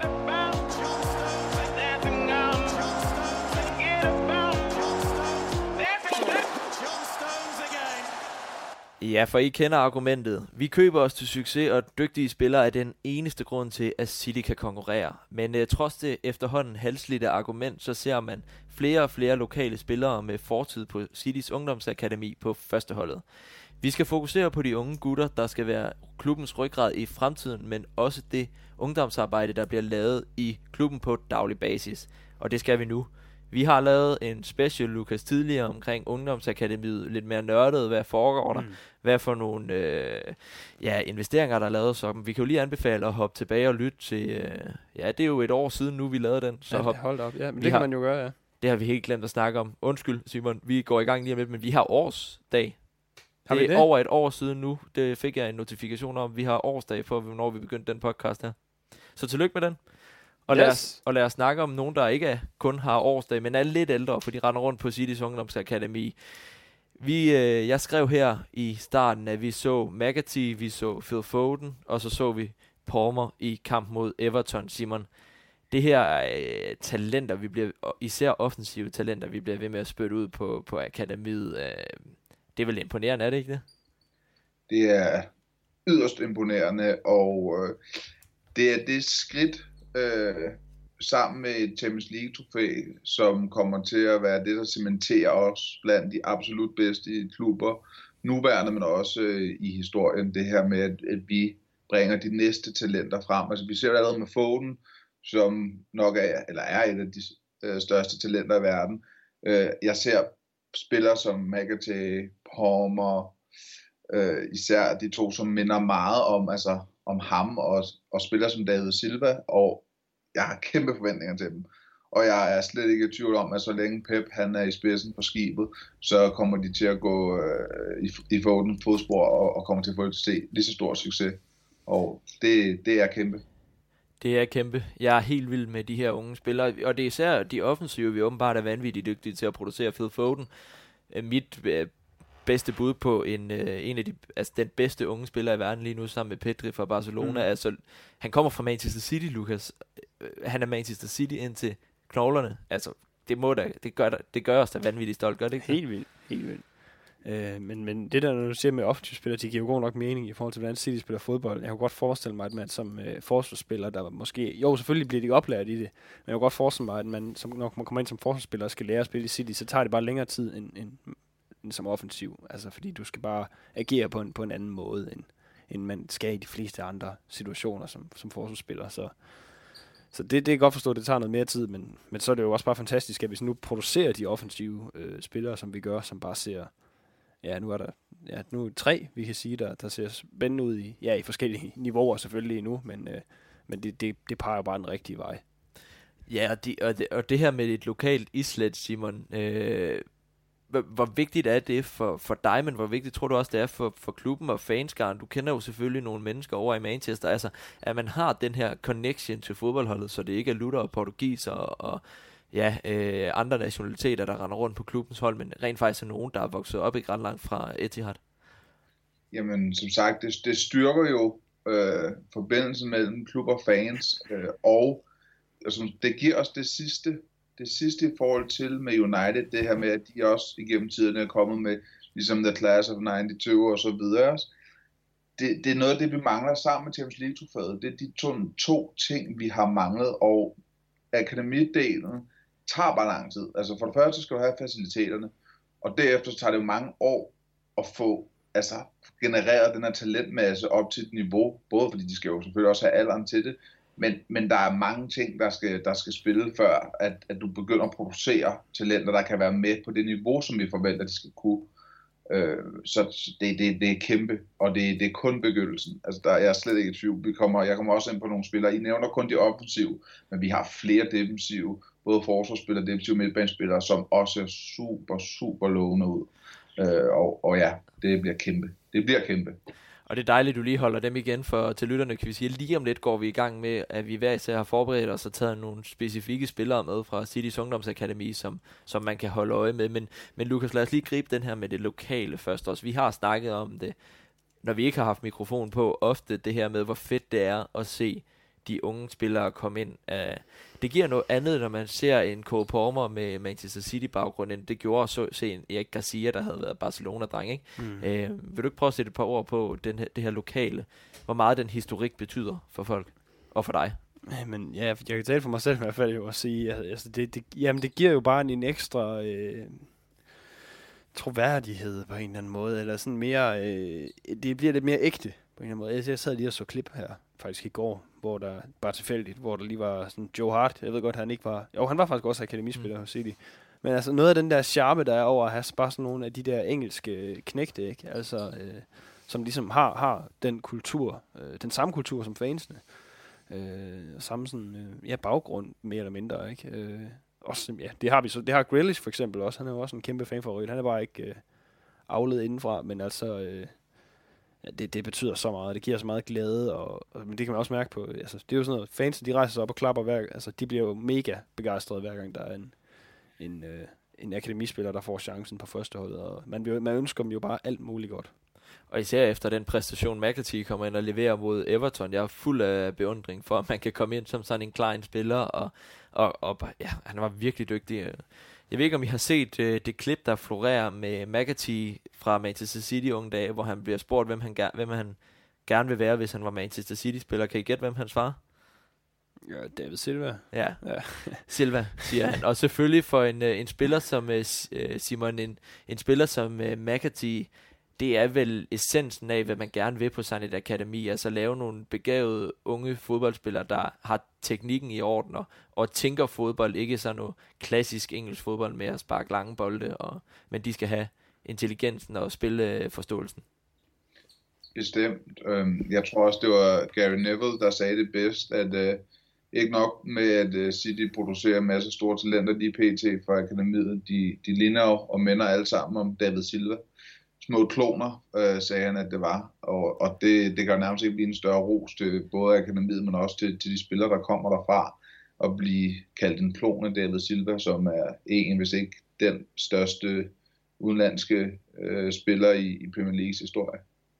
Ja, for I kender argumentet. Vi køber os til succes, og dygtige spillere er den eneste grund til, at City kan konkurrere. Men trods det efterhånden halslidte argument, så ser man flere og flere lokale spillere med fortid på Citys ungdomsakademi på førsteholdet. Vi skal fokusere på de unge gutter, der skal være klubbens ryggrad i fremtiden, men også det ungdomsarbejde, der bliver lavet i klubben på daglig basis. Og det skal vi nu. Vi har lavet en special, Lukas, tidligere omkring ungdomsakademiet, lidt mere nørdet, hvad foregår der, hvad for nogle investeringer, der er lavet, så vi kan jo lige anbefale at hoppe tilbage og lytte til, det er jo et år siden nu, vi lavede den. Så hold op, ja, men det kan man jo gøre, ja. Det har vi helt glemt at snakke om. Undskyld, Simon, vi går i gang lige om lidt, men vi har årsdag. Det er over et år siden nu, det fik jeg en notifikation om. Vi har årsdag for, hvornår vi begyndte den podcast her. Så tillykke med den. Og lad os snakke om nogen, der ikke kun har årsdag, men er lidt ældre, for de render rundt på Citys Ungdomsakademi. Jeg skrev her i starten, at vi så McAtee, vi så Phil Foden, og så vi Palmer i kamp mod Everton, Simon. Det her er talenter, vi bliver, især offensive talenter, vi bliver ved med at spytte ud på akademiet. Det er vel imponerende, er det ikke det? Det er yderst imponerende, og det er det skridt, sammen med et Champions League-trofæ, som kommer til at være det, der cementerer os blandt de absolut bedste klubber, nuværende, men også i historien, det her med, at vi bringer de næste talenter frem. Altså, vi ser det allerede med Foden, som nok er et af de største talenter i verden. Jeg ser spillere som McAtee, Palmer, især de to, som minder meget om ham, og spillere som David Silva, og jeg har kæmpe forventninger til dem. Og jeg er slet ikke i tvivl om, at så længe Pep han er i spidsen på skibet, så kommer de til at gå i Fodens fodspor og kommer til at få lige så stor succes. Og det er kæmpe. Det er kæmpe. Jeg er helt vild med de her unge spillere, og det er især de offensive, vi åbenbart er vanvittigt dygtige til at producere. Phil Foden, mit bedste bud på en af de, altså den bedste unge spiller i verden lige nu, sammen med Pedri fra Barcelona. Altså, han kommer fra Manchester City, Lukas. Han er Manchester City ind til knoglerne. Altså, det gør os da vanvittigt stolt, gør det ikke? Helt vildt. Men det der, når du siger med offensive spillere, de giver jo god nok mening i forhold til, hvordan City spiller fodbold. Jeg kan godt forestille mig, at man som forsvarsspiller, der måske, jo selvfølgelig bliver de oplært i det, men jeg kan godt forestille mig, at man, når man kommer ind som forsvarsspiller og skal lære at spille i City, så tager det bare længere tid end som offensiv. Altså fordi du skal bare agere på en anden måde, end man skal i de fleste andre situationer som forsvarsspiller. Så det kan godt forstå, at det tager noget mere tid, men så er det jo også bare fantastisk, at hvis nu producerer de offensive spillere, som vi gør, som bare ser, nu er 3, vi kan sige, der ser spændende ud i forskellige niveauer selvfølgelig endnu, men det peger bare den rigtige vej. Ja, og det her med et lokalt islet, Simon, hvor vigtigt er det for dig, men hvor vigtigt tror du også, det er for klubben og fanskaren? Du kender jo selvfølgelig nogle mennesker over i Manchester, altså at man har den her connection til fodboldholdet, så det ikke er lutter og portugiser og andre nationaliteter, der render rundt på klubbens hold, men rent faktisk er nogen, der er vokset op ikke ret langt fra Etihad. Jamen, som sagt, det styrker jo forbindelsen mellem klub og fans, og altså, det giver os det sidste i forhold til med United, det her med, at de også igennem tiden er kommet med, ligesom The Class of 92 og så videre. Det er noget af det, vi mangler sammen med Champions League-trofæet. Det er de to ting, vi har manglet, og akademidelen tager bare lang tid. Altså for det første skal du have faciliteterne, og derefter tager det jo mange år at få genereret den her talentmasse op til et niveau, både fordi de skal jo selvfølgelig også have alderen til det, men der er mange ting, der skal spille, før at du begynder at producere talenter, der kan være med på det niveau, som vi forventer, de skal kunne. Så det er kæmpe, og det er kun begyndelsen. Altså, jeg er slet ikke i tvivl. Jeg kommer også ind på nogle spillere. I nævner kun de offensive, men vi har flere defensive, både forsvarsspillere og defensive midtbanespillere, som også er super, super lovende ud. Og ja, det bliver kæmpe. Det bliver kæmpe. Og det er dejligt, du lige holder dem igen, for til lytterne kan vi sige, lige om lidt går vi i gang med, at vi hver især har forberedt os og taget nogle specifikke spillere med fra Citys Ungdomsakademi, som man kan holde øje med. Men Lukas, lad os lige gribe den her med det lokale først også. Vi har snakket om det, når vi ikke har haft mikrofon på, ofte det her med, hvor fedt det er at se de unge spillere komme ind. Det giver noget andet, når man ser en Cole Palmer med Manchester City-baggrund, end det gjorde at se en Eric Garcia, der havde været Barcelona-dreng, ikke? Vil du ikke prøve at sætte et par ord på det her lokale? Hvor meget den historik betyder for folk og for dig? Men ja, jeg kan tale for mig selv i hvert fald jo at sige, altså det giver jo bare en ekstra troværdighed på en eller anden måde, eller sådan mere, det bliver lidt mere ægte på en eller anden måde. Jeg sad lige og så klip her, faktisk i går, hvor der bare tilfældigt, hvor der lige var sådan Joe Hart. Jeg ved godt, han ikke var... Jo, han var faktisk også akademispiller hos City. Men altså noget af den der charme, der er over at have bare sådan nogle af de der engelske knægte, ikke? Altså, som ligesom har den kultur, den samme kultur som fansene. Samme sådan, baggrund, mere eller mindre, ikke? Også, ja, det har vi så. Det har Grealish for eksempel også. Han er jo også en kæmpe fanfavorit. Han er bare ikke afledt indenfra, men altså... Det betyder så meget. Det giver så meget glæde, men det kan man også mærke på. Altså, det er jo sådan noget, fans, de rejser sig op og klapper de bliver jo mega begejstrede hver gang, der er en akademispiller, der får chancen på førsteholdet, og man ønsker dem jo bare alt muligt godt. Og især efter den præstation, McAtee kommer ind og leverer mod Everton. Jeg er fuld af beundring for, at man kan komme ind som sådan en klein spiller, og ja, han var virkelig dygtig. Jeg ved ikke, om I har set det klip, der florerer med McAtee fra Manchester City unge dage, hvor han bliver spurgt, hvem han gerne vil være, hvis han var Manchester City-spiller. Kan I gætte, hvem han svarer? Ja, David Silva. Ja. Silva, siger han. Og selvfølgelig for en spiller som Simon, en spiller som McAtee, det er vel essensen af, hvad man gerne vil på sådan et akademi. Altså lave nogle begavede unge fodboldspillere, der har teknikken i orden og tænker fodbold, ikke sådan noget klassisk engelsk fodbold med at sparke lange bolde, men de skal have intelligensen og spilleforståelsen. Bestemt. Jeg tror også, det var Gary Neville, der sagde det bedst, at ikke nok med, at City producerer en masse store talenter, de PT for akademiet, de ligner jo og minder alle sammen om David Silva. Små kloner, sagde han, at det var. Og det kan nærmest ikke blive en større ros til både akademiet, men også til de spillere, der kommer derfra, og blive kaldt en klon af David Silva, som er en, hvis ikke den største udenlandske spiller i Premier Leagues historie.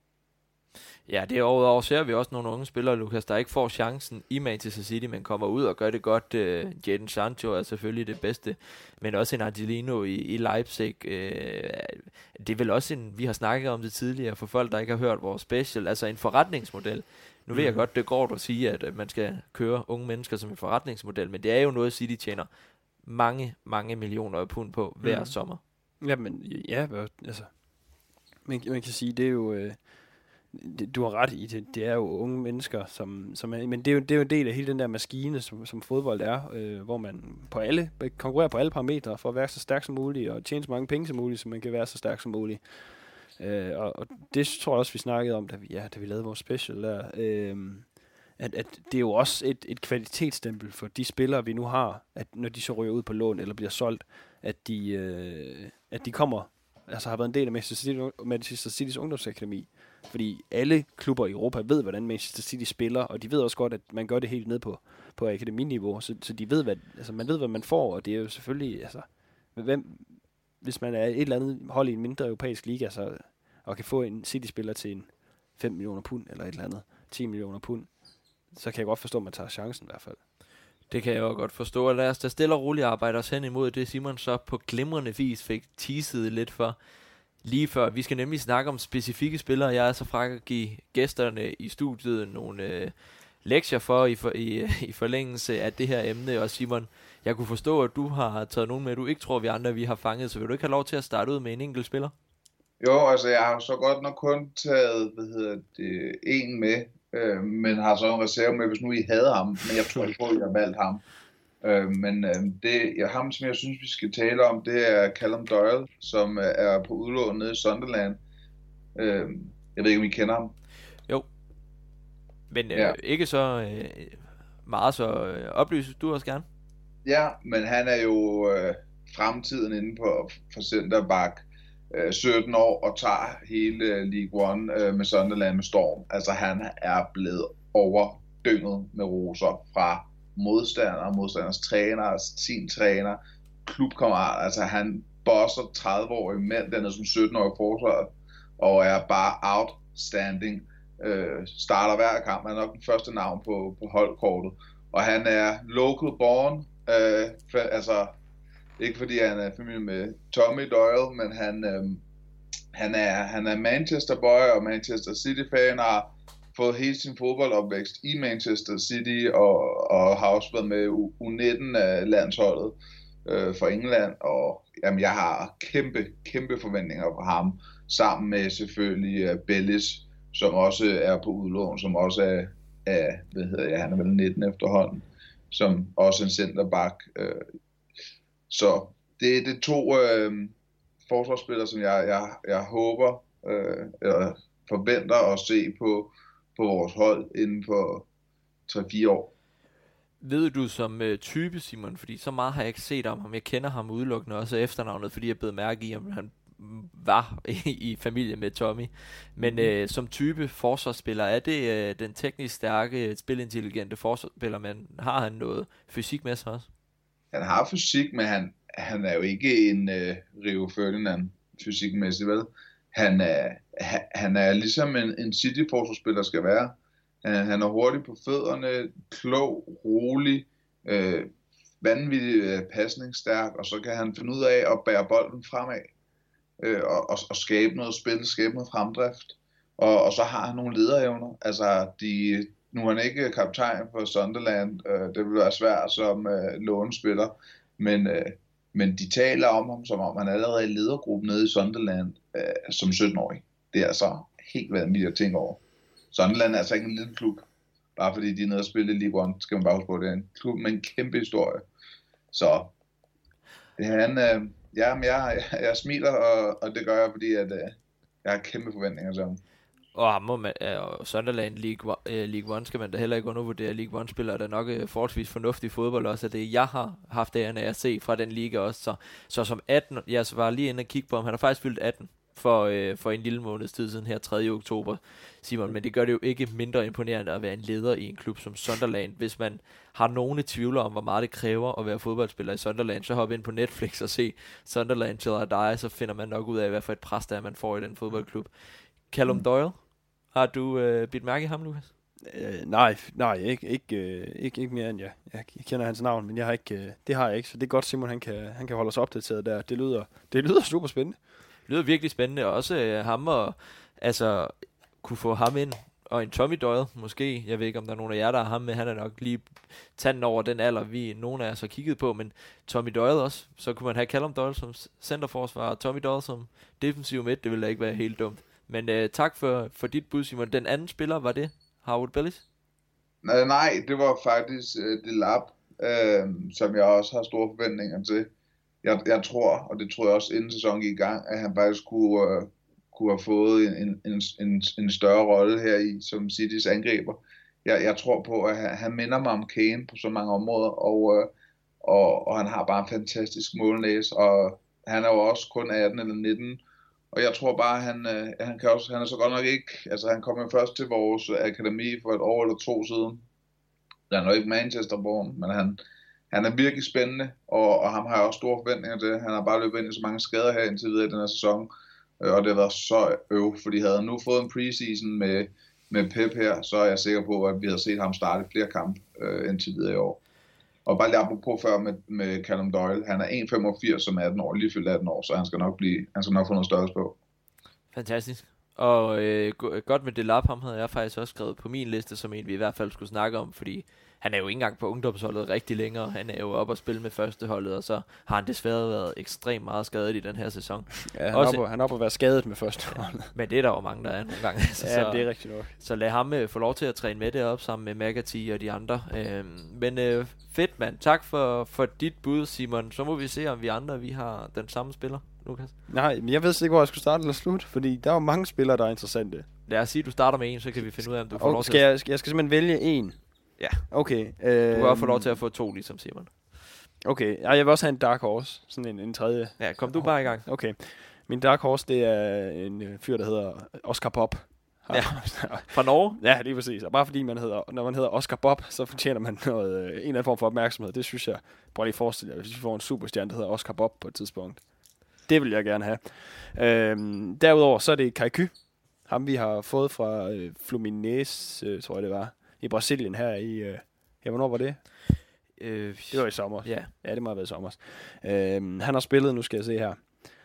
Ja, derudover ser vi også nogle unge spillere, Lukas, der ikke får chancen i Manchester City, men kommer ud og gør det godt. Jadon Sancho er selvfølgelig det bedste, men også en Angelino i Leipzig. Det er vel også vi har snakket om det tidligere, for folk, der ikke har hørt vores special, altså en forretningsmodel. Nu ved jeg godt, det går at sige, at man skal køre unge mennesker som en forretningsmodel, men det er jo noget, City tjener mange, mange millioner pund på hver sommer. Jamen, ja, altså, man kan sige, det er jo... Du har ret i det. Det er jo unge mennesker, som er, men det er jo en del af hele den der maskine, som fodbold er, hvor man konkurrerer på alle parametre for at være så stærk som muligt og tjene så mange penge som muligt, så man kan være så stærk som muligt. Og det tror jeg også, vi snakkede om, da vi lavede vores special der. at det er jo også et kvalitetsstempel for de spillere, vi nu har, at når de så ryger ud på lån eller bliver solgt, at de kommer, altså har været en del af Manchester City's ungdomsakademi. Fordi alle klubber i Europa ved, hvordan Manchester City spiller, og de ved også godt, at man gør det helt ned på akademiniveau, så de ved, man ved, hvad man får, og det er jo selvfølgelig, altså, hvis man er et eller andet hold i en mindre europæisk liga, og kan få en City-spiller til en 5 millioner pund, eller et eller andet, 10 millioner pund, så kan jeg godt forstå, at man tager chancen i hvert fald. Det kan jeg jo godt forstå, og lad os da stille og roligt arbejde os hen imod det, Simon så på glimrende vis fik teaset lidt for lige før. Vi skal nemlig snakke om specifikke spillere. Jeg er så fræk at give gæsterne i studiet nogle lektier for i forlængelse af det her emne. Og Simon, jeg kunne forstå, at du har taget nogen med, du ikke tror, vi andre vi har fanget. Så vil du ikke have lov til at starte ud med en enkelt spiller? Jo, altså jeg har så godt nok kun taget, en med, men har så en reserve med, hvis nu I havde ham. Men jeg tror ikke, at jeg har valgt ham. Ham, som jeg synes, vi skal tale om, det er Callum Doyle, som er på udlån nede i Sunderland. Jeg ved ikke, om I kender ham. Jo, men ikke så meget så oplyst. Du også gerne. Ja, men han er jo fremtiden inde for centerback. 17 år og tager hele League One med Sunderland med storm. Altså han er blevet overdynget med roser fra modstanders træner, sin træner, klubkammerat. Altså han bosser 30-årige mænd dernede som 17-årig forsvaret og er bare outstanding. Starter hver kamp, han er nok den første navn på holdkortet. Og han er local born, altså ikke fordi han er familie med Tommy Doyle, men han er Manchester boy og Manchester City-fan, har fået hele sin fodboldopvækst i Manchester City og har også været med U19-landsholdet for England. Og jamen, jeg har kæmpe forventninger på ham, sammen med selvfølgelig Bellis, som også er på udlån, som også er han er vel 19 efterhånden, som også en centerback. Så det er de to forsvarsspillere, som jeg håber eller forventer at se på vores hold inden for 3-4 år. Ved du som type, Simon, fordi så meget har jeg ikke set om ham. Jeg kender ham udelukkende også efternavnet, fordi jeg blev mærke i, om han var i familie med Tommy. Men som type forsvarsspiller, er det den teknisk stærke, spilintelligente forsvarsspiller, men har han noget fysik med sig også? Han har fysik, men han er jo ikke en Rio Ferdinand fysikmæssigt, vel? Han er ligesom en City-forsvarsspiller skal være. Han er hurtig på fødderne, klog, rolig, vanvittig pasningsstærk, og så kan han finde ud af at bære bolden fremad og skabe noget spil, skabe noget fremdrift. Og så har han nogle lederevner. Altså, nu er han ikke kaptajn for Sunderland, det vil være svært som lånespiller, men de taler om ham, som om han allerede er i ledergruppen nede i Sunderland som 17-årig. Det er altså helt vanvittigt at tænke over. Sunderland er altså ikke en lille klub, bare fordi de er nede og spille i League One, skal man bare huske på, det er en klub med en kæmpe historie. Så det er jeg smiler, og det gør jeg, fordi at, jeg har kæmpe forventninger til ham. Og Sunderland League One skal man da heller ikke undervurdere. League One spiller der nok forholdsvis fornuftig fodbold også, af det jeg har haft æren af at se fra den liga også. Så som 18, jeg var lige inde og kigge på ham, han har faktisk fyldt 18 for en lille måneds tid siden her 3. oktober, Simon, men det gør det jo ikke mindre imponerende at være en leder i en klub som Sunderland. Hvis man har nogen tvivler om, hvor meget det kræver at være fodboldspiller i Sunderland, så hop ind på Netflix og se Sunderland Till I Die, så finder man nok ud af, hvad for et pres der er, man får i den fodboldklub. Callum Doyle, har du bidt mærke i ham, Lukas? Nej, ikke mere end jeg kender hans navn, men jeg har ikke, det har jeg ikke, så det er godt, Simon han kan holde os opdateret der. Det lyder super spændende. Det lyder virkelig spændende, og også ham og altså kunne få ham ind, og en Tommy Doyle måske. Jeg ved ikke, om der er nogen af jer, der har ham med. Han er nok lige tanden over den alder, vi nogle af os har kigget på, men Tommy Doyle også. Så kunne man have Callum Doyle som centerforsvar, og Tommy Doyle som defensiv midt. Det ville da ikke være helt dumt. Men tak for dit bud, Simon. Den anden spiller, var det Harwood Bellis? Nej, det var faktisk Delap, som jeg også har store forventninger til. Jeg tror, og det tror jeg også inden sæsonen gik i gang, at han faktisk kunne have fået en større rolle her i som Citys angriber. jeg tror på, at han minder mig om Kane på så mange områder, og han har bare en fantastisk målnæse, og han er jo også kun 18 eller 19, og jeg tror bare, han kan også, han er så godt nok ikke, altså han kom jo først til vores akademi for et år eller 2 siden. Han er jo ikke Manchester-born, men han er virkelig spændende, og ham har jeg også store forventninger til. Han har bare løbet ind i så mange skader her indtil videre i den her sæson, og det har været så fordi havde han nu fået en preseason med Pep her, så er jeg sikker på, at vi havde set ham starte flere kampe indtil videre i år. Og bare lige apropos før med Callum Doyle, han er 1,85 som 18 år, lige fyldt 18 år, så han skal nok få noget størrelse på. Fantastisk. Og godt med Delap, ham havde jeg faktisk også skrevet på min liste, som en vi i hvert fald skulle snakke om, fordi han er jo ikke engang på ungdomsholdet rigtig længere. Han er jo oppe og spille med førsteholdet, og så har han desværre været ekstremt meget skadet i den her sæson. Ja, han er oppe at være skadet med førsteholdet. Men det er der jo mange, der er nogle gange. Ja, så, det er rigtigt nok. Så lad ham få lov til at træne med det op sammen med McAtee og de andre. Men fedt, mand. Tak for dit bud, Simon. Så må vi se, om vi andre vi har den samme spiller. Lukas? Nej, men jeg ved ikke, hvor jeg skulle starte eller slutte, fordi der er jo mange spillere, der er interessante. Lad os sige, at du starter med en, så kan vi finde ud af, om du får lov til jeg skal simpelthen vælge en? Ja. Okay. Du kan også få lov til at få 2, ligesom Simon. Okay, jeg vil også have en dark horse, sådan en tredje. Ja, kom du bare i gang. Okay. Min dark horse, det er en fyr, der hedder Oscar Bob. Ja. Fra Norge? Ja, lige præcis. Og bare fordi når man hedder Oscar Bob, så fortjener man en eller anden form for opmærksomhed. Det synes jeg. Prøv lige at forestille jer, hvis vi får en superstjerne, der hedder Oscar Bob på et tidspunkt. Det vil jeg gerne have. Derudover så er det Kai Ky. Ham vi har fået fra Fluminense, tror jeg det var, i Brasilien her i... hvornår var det? Det var i sommer. Ja. Ja, det må have været i sommer. Han har spillet, nu skal jeg se her,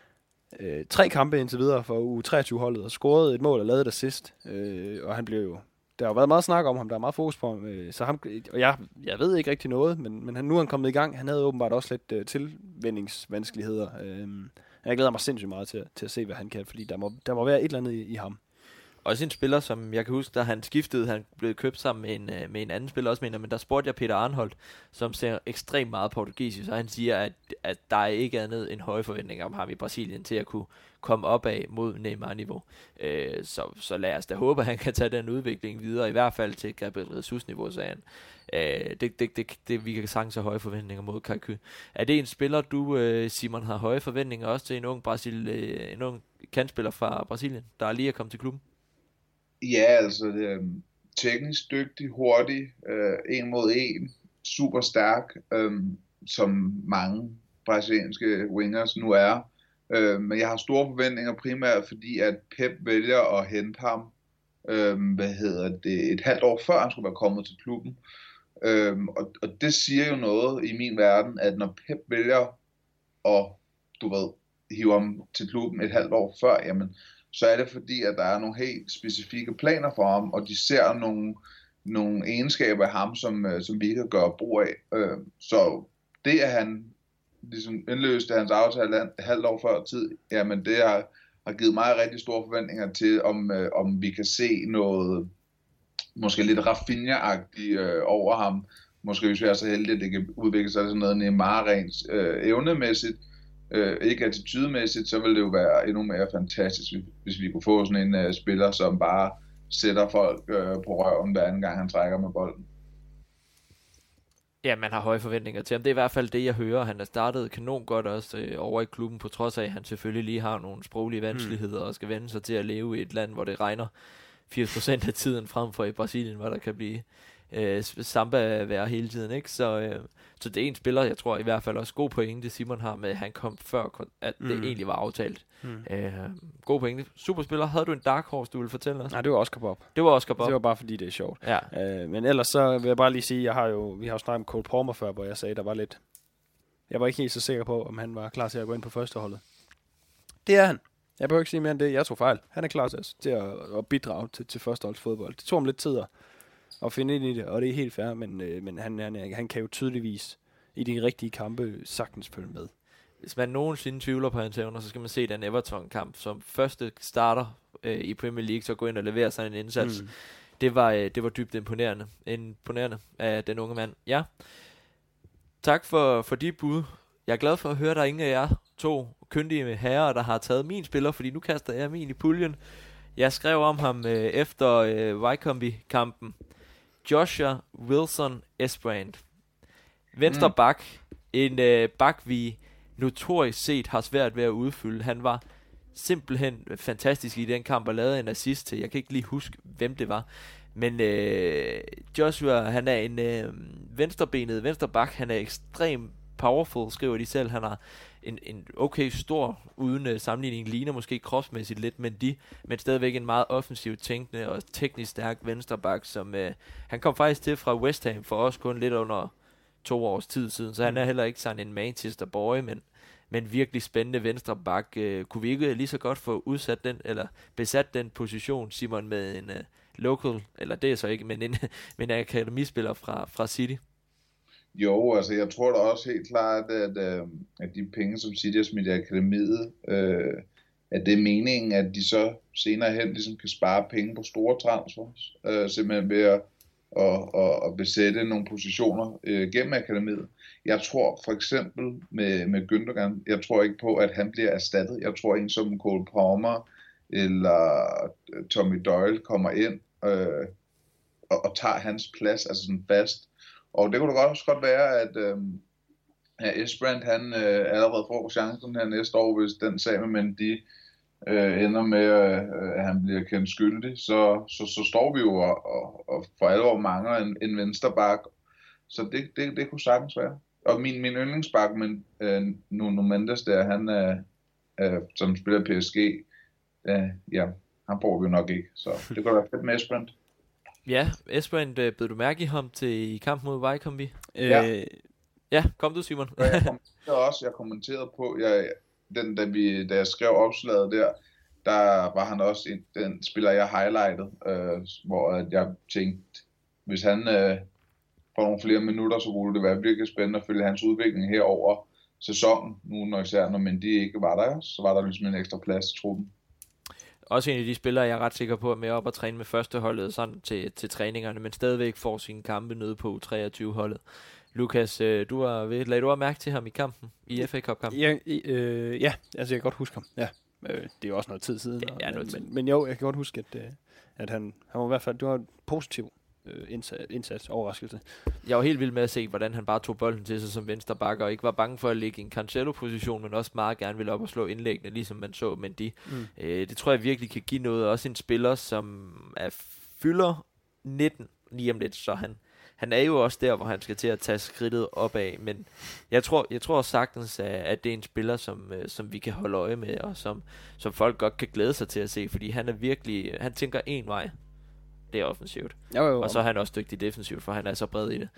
3 kampe indtil videre for U23-holdet, og scoret et mål og lavet et assist. Og han blev jo... Der har jo været meget snak om ham, der er meget fokus på ham. Så ham, og jeg ved ikke rigtig noget, men nu er han kommet i gang. Han havde åbenbart også lidt tilvændingsvanskeligheder. Jeg glæder mig sindssygt meget til at se, hvad han kan, fordi der må være et eller andet i ham. Også en spiller, som jeg kan huske, da han skiftede, han blev købt sammen med en anden spiller også, men der spurgte jeg Peter Arnholdt, som ser ekstremt meget portugisisk, og han siger, at der er ikke andet end høje forventninger om ham i Brasilien til at kunne komme opad mod Neymar-niveau. Så lad os da håbe, at han kan tage den udvikling videre, i hvert fald til Gabriel Jesus-niveau, sagde han. Vi kan sagtens have høje forventninger mod Kai Ky. Er det en spiller, du, Simon, har høje forventninger også til en ung kantspiller fra Brasilien, der lige er kommet til klubben? Ja, altså det er teknisk dygtig, hurtig, 1 mod 1, super stærk, som mange brasilianske wingers nu er. Men jeg har store forventninger primært, fordi at Pep vælger at hente ham, et halvt år før han skulle være kommet til klubben. Og det siger jo noget i min verden, at når Pep vælger at, hive ham til klubben et halvt år før, jamen, så er det fordi, at der er nogle helt specifikke planer for ham, og de ser nogle egenskaber af ham, som vi kan gøre brug af. Så det, at han ligesom indløste hans aftale et halvt år før tid, jamen det har givet mig rigtig store forventninger til, om vi kan se noget måske lidt Rafinha-agtigt over ham. Måske hvis vi er så heldige, at det kan udvikle sig sådan noget Neymar-rens evnemæssigt, ikke attitydemæssigt, så vil det jo være endnu mere fantastisk, hvis vi kunne få sådan en spiller, som bare sætter folk på røven hver anden gang han trækker med bolden. Ja, man har høje forventninger til ham. Det er i hvert fald det, jeg hører. Han har startet kanon godt også over i klubben, på trods af, at han selvfølgelig lige har nogle sproglige vanskeligheder og skal vende sig til at leve i et land, hvor det regner 80% af tiden, frem for i Brasilien, hvor der kan blive samba-vejr hele tiden, ikke? Så det er en spiller, jeg tror i hvert fald også god pointe, Simon har med, at han kom før, at det egentlig var aftalt. God pointe. Superspiller. Havde du en dark horse, du ville fortælle os? Nej, det var Oscar Bob. Det var Oscar Bob. Det var bare fordi, det er sjovt. Ja. Men ellers så vil jeg bare lige sige, vi har jo snakket om Cole Palmer før, hvor jeg sagde, der var lidt... Jeg var ikke helt så sikker på, om han var klar til at gå ind på førsteholdet. Det er han. Jeg behøver ikke sige mere end det. Jeg tog fejl. Han er klar til at bidrage til førsteholdsfodbold. Det tog ham lidt tid at finde ind i det, og det er helt fair, men han kan jo tydeligvis i de rigtige kampe sagtens følge med. Hvis man nogensinde tvivler på hans evner, så skal man se den Everton-kamp, som første starter i Premier League, så gå ind og levere sådan en indsats. Det var dybt imponerende af den unge mand. Ja. Tak for de bud. Jeg er glad for at høre, at der er ingen af jer 2 kyndige herrer, der har taget min spiller, fordi nu kaster jeg min i puljen. Jeg skrev om ham efter Wycombe-kampen. Joshua Wilson Esbrand. Venstre bak. En bak, vi notorisk set har svært ved at udfylde. Han var simpelthen fantastisk i den kamp og lavede en assist til. Jeg kan ikke lige huske, hvem det var. Men Joshua, han er en venstrebenet vensterbak. Han er ekstremt powerful, skriver de selv. Han har en okay stor, uden sammenligning, ligner måske kropsmæssigt lidt, men stadigvæk en meget offensivt tænkende og teknisk stærk vensterbak, som han kom faktisk til fra West Ham for os kun lidt under 2 års tid siden, så han er heller ikke sådan en Manchester boy, men virkelig spændende venstrebak. Kunne vi ikke lige så godt få udsat den, eller besat den position, Simon, med en local, eller det er så ikke, men en akademispiller fra City? Jo, altså jeg tror da også helt klart, at de penge, som City har smidt i akademiet, at det er meningen, at de så senere hen ligesom kan spare penge på store transfers, simpelthen ved at besætte nogle positioner gennem akademiet. Jeg tror for eksempel med Gündogan, jeg tror ikke på, at han bliver erstattet. Jeg tror en som Cole Palmer eller Tommy Doyle kommer ind og tager hans plads, altså sådan fast. Og det kunne da også godt være, at Esbrand han allerede får chancen her næste år, hvis den sag med Mendy ender med, at han bliver kendt skyldig, så står vi jo og for alvor mangler en vensterbak. Så det kunne sagtens være. Og min yndlingsbak, men Nuno Mendes der, han som spiller PSG, ja, han får vi jo nok ikke. Så det kunne være fedt med Esbrand. Ja, Esbrand, bed du mærke i ham i kampen mod Wycombe? Ja, kom du, Simon. Jeg kommenterede på, da jeg skrev opslaget der var han også den spiller, jeg highlightede, hvor jeg tænkte, hvis han får nogle flere minutter, så kunne det være virkelig spændende at følge hans udvikling her over sæsonen, nu når Mendy ikke var der, så var der ligesom en ekstra plads i truppen. Også en af de spillere, jeg er ret sikker på, at med op og træne med førsteholdet sådan til træningerne, men stadigvæk får sine kampe nede på 23-holdet. Lukas, lagde du mærke til ham i kampen, i FA Cup-kampen? Ja, altså jeg kan godt huske ham. Ja, det er jo også noget tid siden. Men jo, jeg kan godt huske, at han var i hvert fald, det var en positiv indsats, overraskelse. Jeg var helt vild med at se, hvordan han bare tog bolden til sig som venstreback, og ikke var bange for at ligge i en Cancelo-position, men også meget gerne ville op og slå indlæggene, ligesom man så Mendy. Det tror jeg virkelig kan give noget. Også en spiller, som fylder 19 lige om lidt, så han er jo også der, hvor han skal til at tage skridtet opad, men jeg tror sagtens, at det er en spiller, som vi kan holde øje med, og som folk godt kan glæde sig til at se, fordi han er virkelig, han tænker en vej. Det er offensivt. Jo. Og så er han også dygtig defensivt, for han er så bred i det.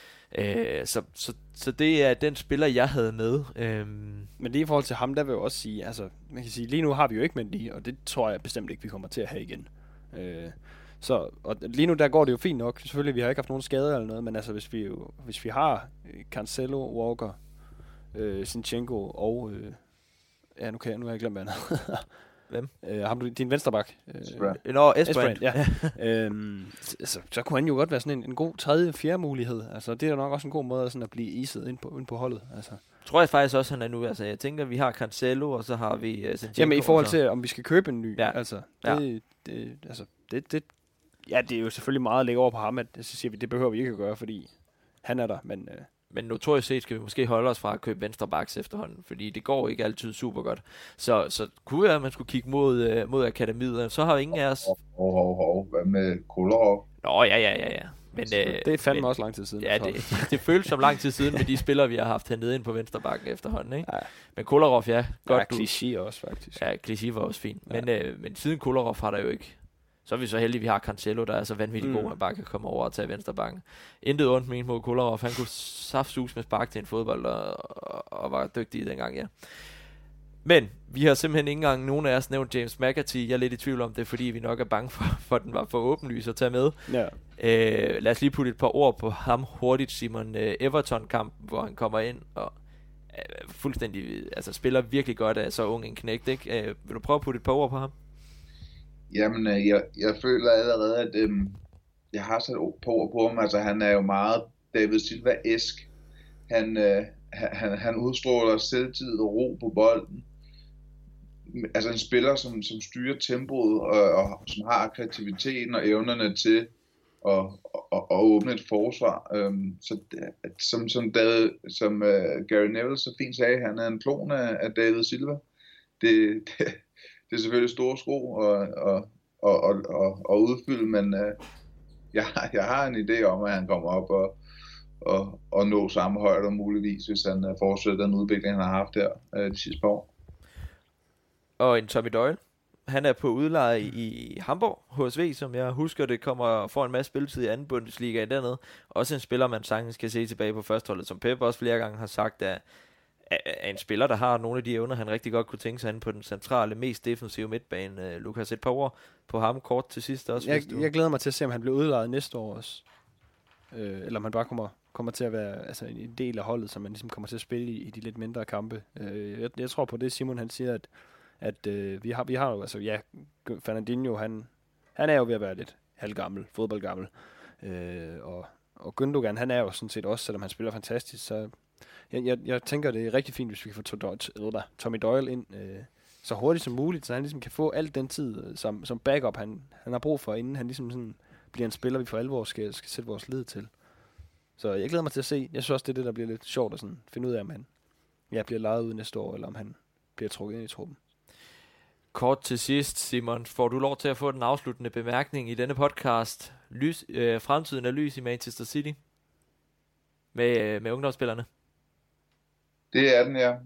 Så det er den spiller, jeg havde med. Men lige i forhold til ham, der vil jeg også sige, altså, man kan sige, lige nu har vi jo ikke Mendy, og det tror jeg bestemt ikke, vi kommer til at have igen. Og lige nu, der går det jo fint nok. Selvfølgelig, vi har ikke haft nogen skader eller noget, men altså, hvis vi har Cancelo, Walker, Zinchenko og... nu har jeg glemt andet. Hvem? Din vensterbak. Esbrand. Ja. Så kunne han jo godt være sådan en god 3.-4. mulighed. Altså, det er nok også en god måde sådan at blive iset ind på holdet. Altså. Tror jeg faktisk også, han er nu. Altså, jeg tænker, vi har Cancelo, og så har vi Zinchenko. Jamen, i forhold til, om vi skal købe en ny. Ja. Altså, det er jo selvfølgelig meget at lægge over på ham, at så siger vi, det behøver vi ikke at gøre, fordi han er der, Men notorisk set skal vi måske holde os fra at købe venstre backs efterhånden, fordi det går ikke altid super godt. Så kunne være, at man skulle kigge mod akademiet. Så har ingen af os... Hvad med Kolarov? Nå, ja. Men, det er fandme også lang tid siden. Ja, det føles som lang tid siden med de spillere, vi har haft hentet ind på venstre bakken efterhånden. Ikke? Ja. Men Kolarov, godt. Ja, Clichy også faktisk. Ja, Clichy var også fint. Ja. Men siden Kolarov har der jo ikke... Så er vi så heldige, at vi har Cancelo, der er så vanvittigt god, at bare kan komme over og tage venstrebakken. Intet ondt med en mod Kolarov. Han kunne saftsus med spark til en fodbold, og var dygtig dengang, ja. Men vi har simpelthen ikke engang nogen af os nævnt James McAtee. Jeg er lidt i tvivl om det, fordi vi nok er bange for at den var for åbenlys at tage med. Ja. Lad os lige putte et par ord på ham hurtigt, Simon. Everton-kampen, hvor han kommer ind og fuldstændig, altså spiller virkelig godt af så ung en knægt, ikke? Vil du prøve at putte et par ord på ham? Jamen, jeg føler allerede, at jeg har sat på ord på ham. Altså, han er jo meget David Silva-esk. Han udstråler selvtid og ro på bolden. Altså en spiller, som styrer tempoet, og som har kreativiteten og evnerne til og åbne et forsvar. Som Gary Neville så fint sagde, han er en klon af David Silva. Det er selvfølgelig store sko at udfylde, men jeg har en idé om, at han kommer op og nå samme højde muligvis, hvis han fortsætter den udvikling, han har haft her de sidste par år. Og en Tommy Doyle. Han er på udleje i Hamburg, HSV, som jeg husker, det kommer og får en masse spilletid i anden Bundesliga dernede. Også en spiller, man sagtens kan se tilbage på førsteholdet, som Pep også flere gange har sagt, er en spiller, der har nogle af de evner, han rigtig godt kunne tænke sig hen på den centrale, mest defensive midtbane. Lukas, et par ord på ham kort til sidst også. Jeg glæder mig til at se, om han bliver udlejet næste år også. Eller om han bare kommer til at være en del af holdet, så man ligesom kommer til at spille i de lidt mindre kampe. Jeg tror på det, Simon han siger, at vi har jo, altså ja, Fernandinho, han er jo ved at være lidt halvgammel, fodboldgammel. Og Gündogan, han er jo sådan set også, selvom han spiller fantastisk, så jeg tænker, det er rigtig fint, hvis vi kan få Tommy Doyle ind så hurtigt som muligt, så han ligesom kan få alt den tid som backup, han har brug for, inden han ligesom sådan bliver en spiller, vi for alvor skal sætte vores lid til. Så jeg glæder mig til at se. Jeg synes også, det er det, der bliver lidt sjovt at sådan finde ud af, om han bliver lejet ud næste år, eller om han bliver trukket ind i truppen. Kort til sidst, Simon, får du lov til at få den afsluttende bemærkning i denne podcast. Fremtiden er lys i Manchester City med ungdomsspillerne. Det er den, ja.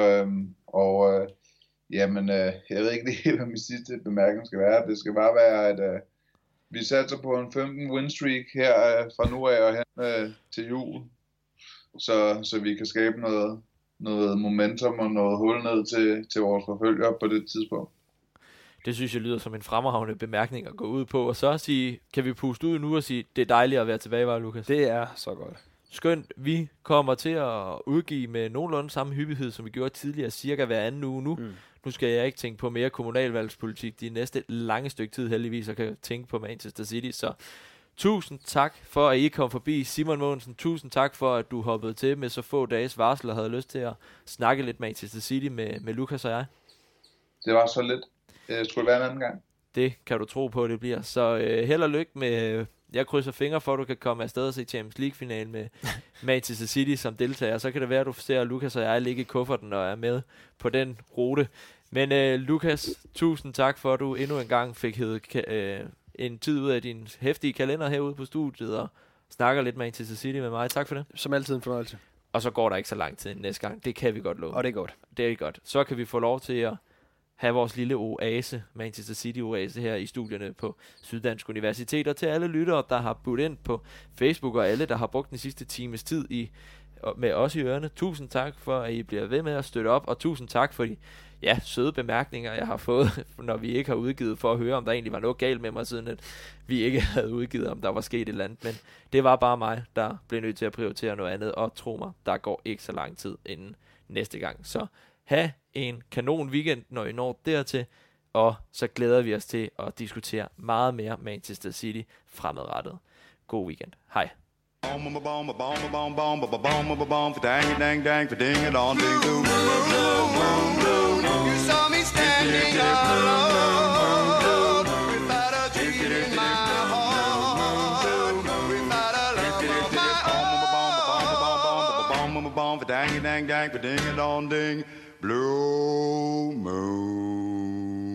Jeg ved ikke lige, hvad min sidste bemærkning skal være. Det skal bare være, at vi satser på en 15 win streak her fra nu af og hen til jul, så vi kan skabe noget momentum og noget hul ned til vores forfølgere på det tidspunkt. Det synes jeg lyder som en fremragende bemærkning at gå ud på, og så sige, kan vi puste ud nu og sige, det er dejligt at være tilbage, var Lukas? Det er så godt. Skønt, vi kommer til at udgive med nogenlunde samme hyppighed, som vi gjorde tidligere, cirka hver anden uge nu. Nu skal jeg ikke tænke på mere kommunalvalgspolitik de næste lange stykke tid heldigvis, og kan tænke på Manchester City. Så tusind tak for, at I kom forbi. Simon Mogensen, tusind tak for, at du hoppede til med så få dages varsel og havde lyst til at snakke lidt Manchester City med Lukas og jeg. Det var så lidt. Det skulle være en anden gang. Det kan du tro på, det bliver. Så held og lykke med... Jeg krydser fingre for, at du kan komme afsted og se Champions League-finalen med Manchester City som deltager. Så kan det være, at du ser Lukas og jeg ligge i kufferten og er med på den rute. Men Lukas, tusind tak for, at du endnu en gang fik hævet en tid ud af din heftige kalender herude på studiet og snakker lidt Manchester City med mig. Tak for det. Som altid en fornøjelse. Og så går der ikke så lang tid næste gang. Det kan vi godt love. Og det er godt. Det er godt. Så kan vi få lov til at have vores lille oase, Manchester City oase her i studierne på Syddansk Universitet, og til alle lyttere, der har budt ind på Facebook, og alle, der har brugt den sidste times tid med os i ørerne. Tusind tak for, at I bliver ved med at støtte op, og tusind tak for de søde bemærkninger, jeg har fået, når vi ikke har udgivet, for at høre, om der egentlig var noget galt med mig, siden at vi ikke havde udgivet, om der var sket et eller andet. Men det var bare mig, der blev nødt til at prioritere noget andet, og tro mig, der går ikke så lang tid inden næste gang. Så ha' en kanon weekend, når I når dertil, og så glæder vi os til at diskutere meget mere Manchester City fremadrettet. God weekend. Hej. Blue moon.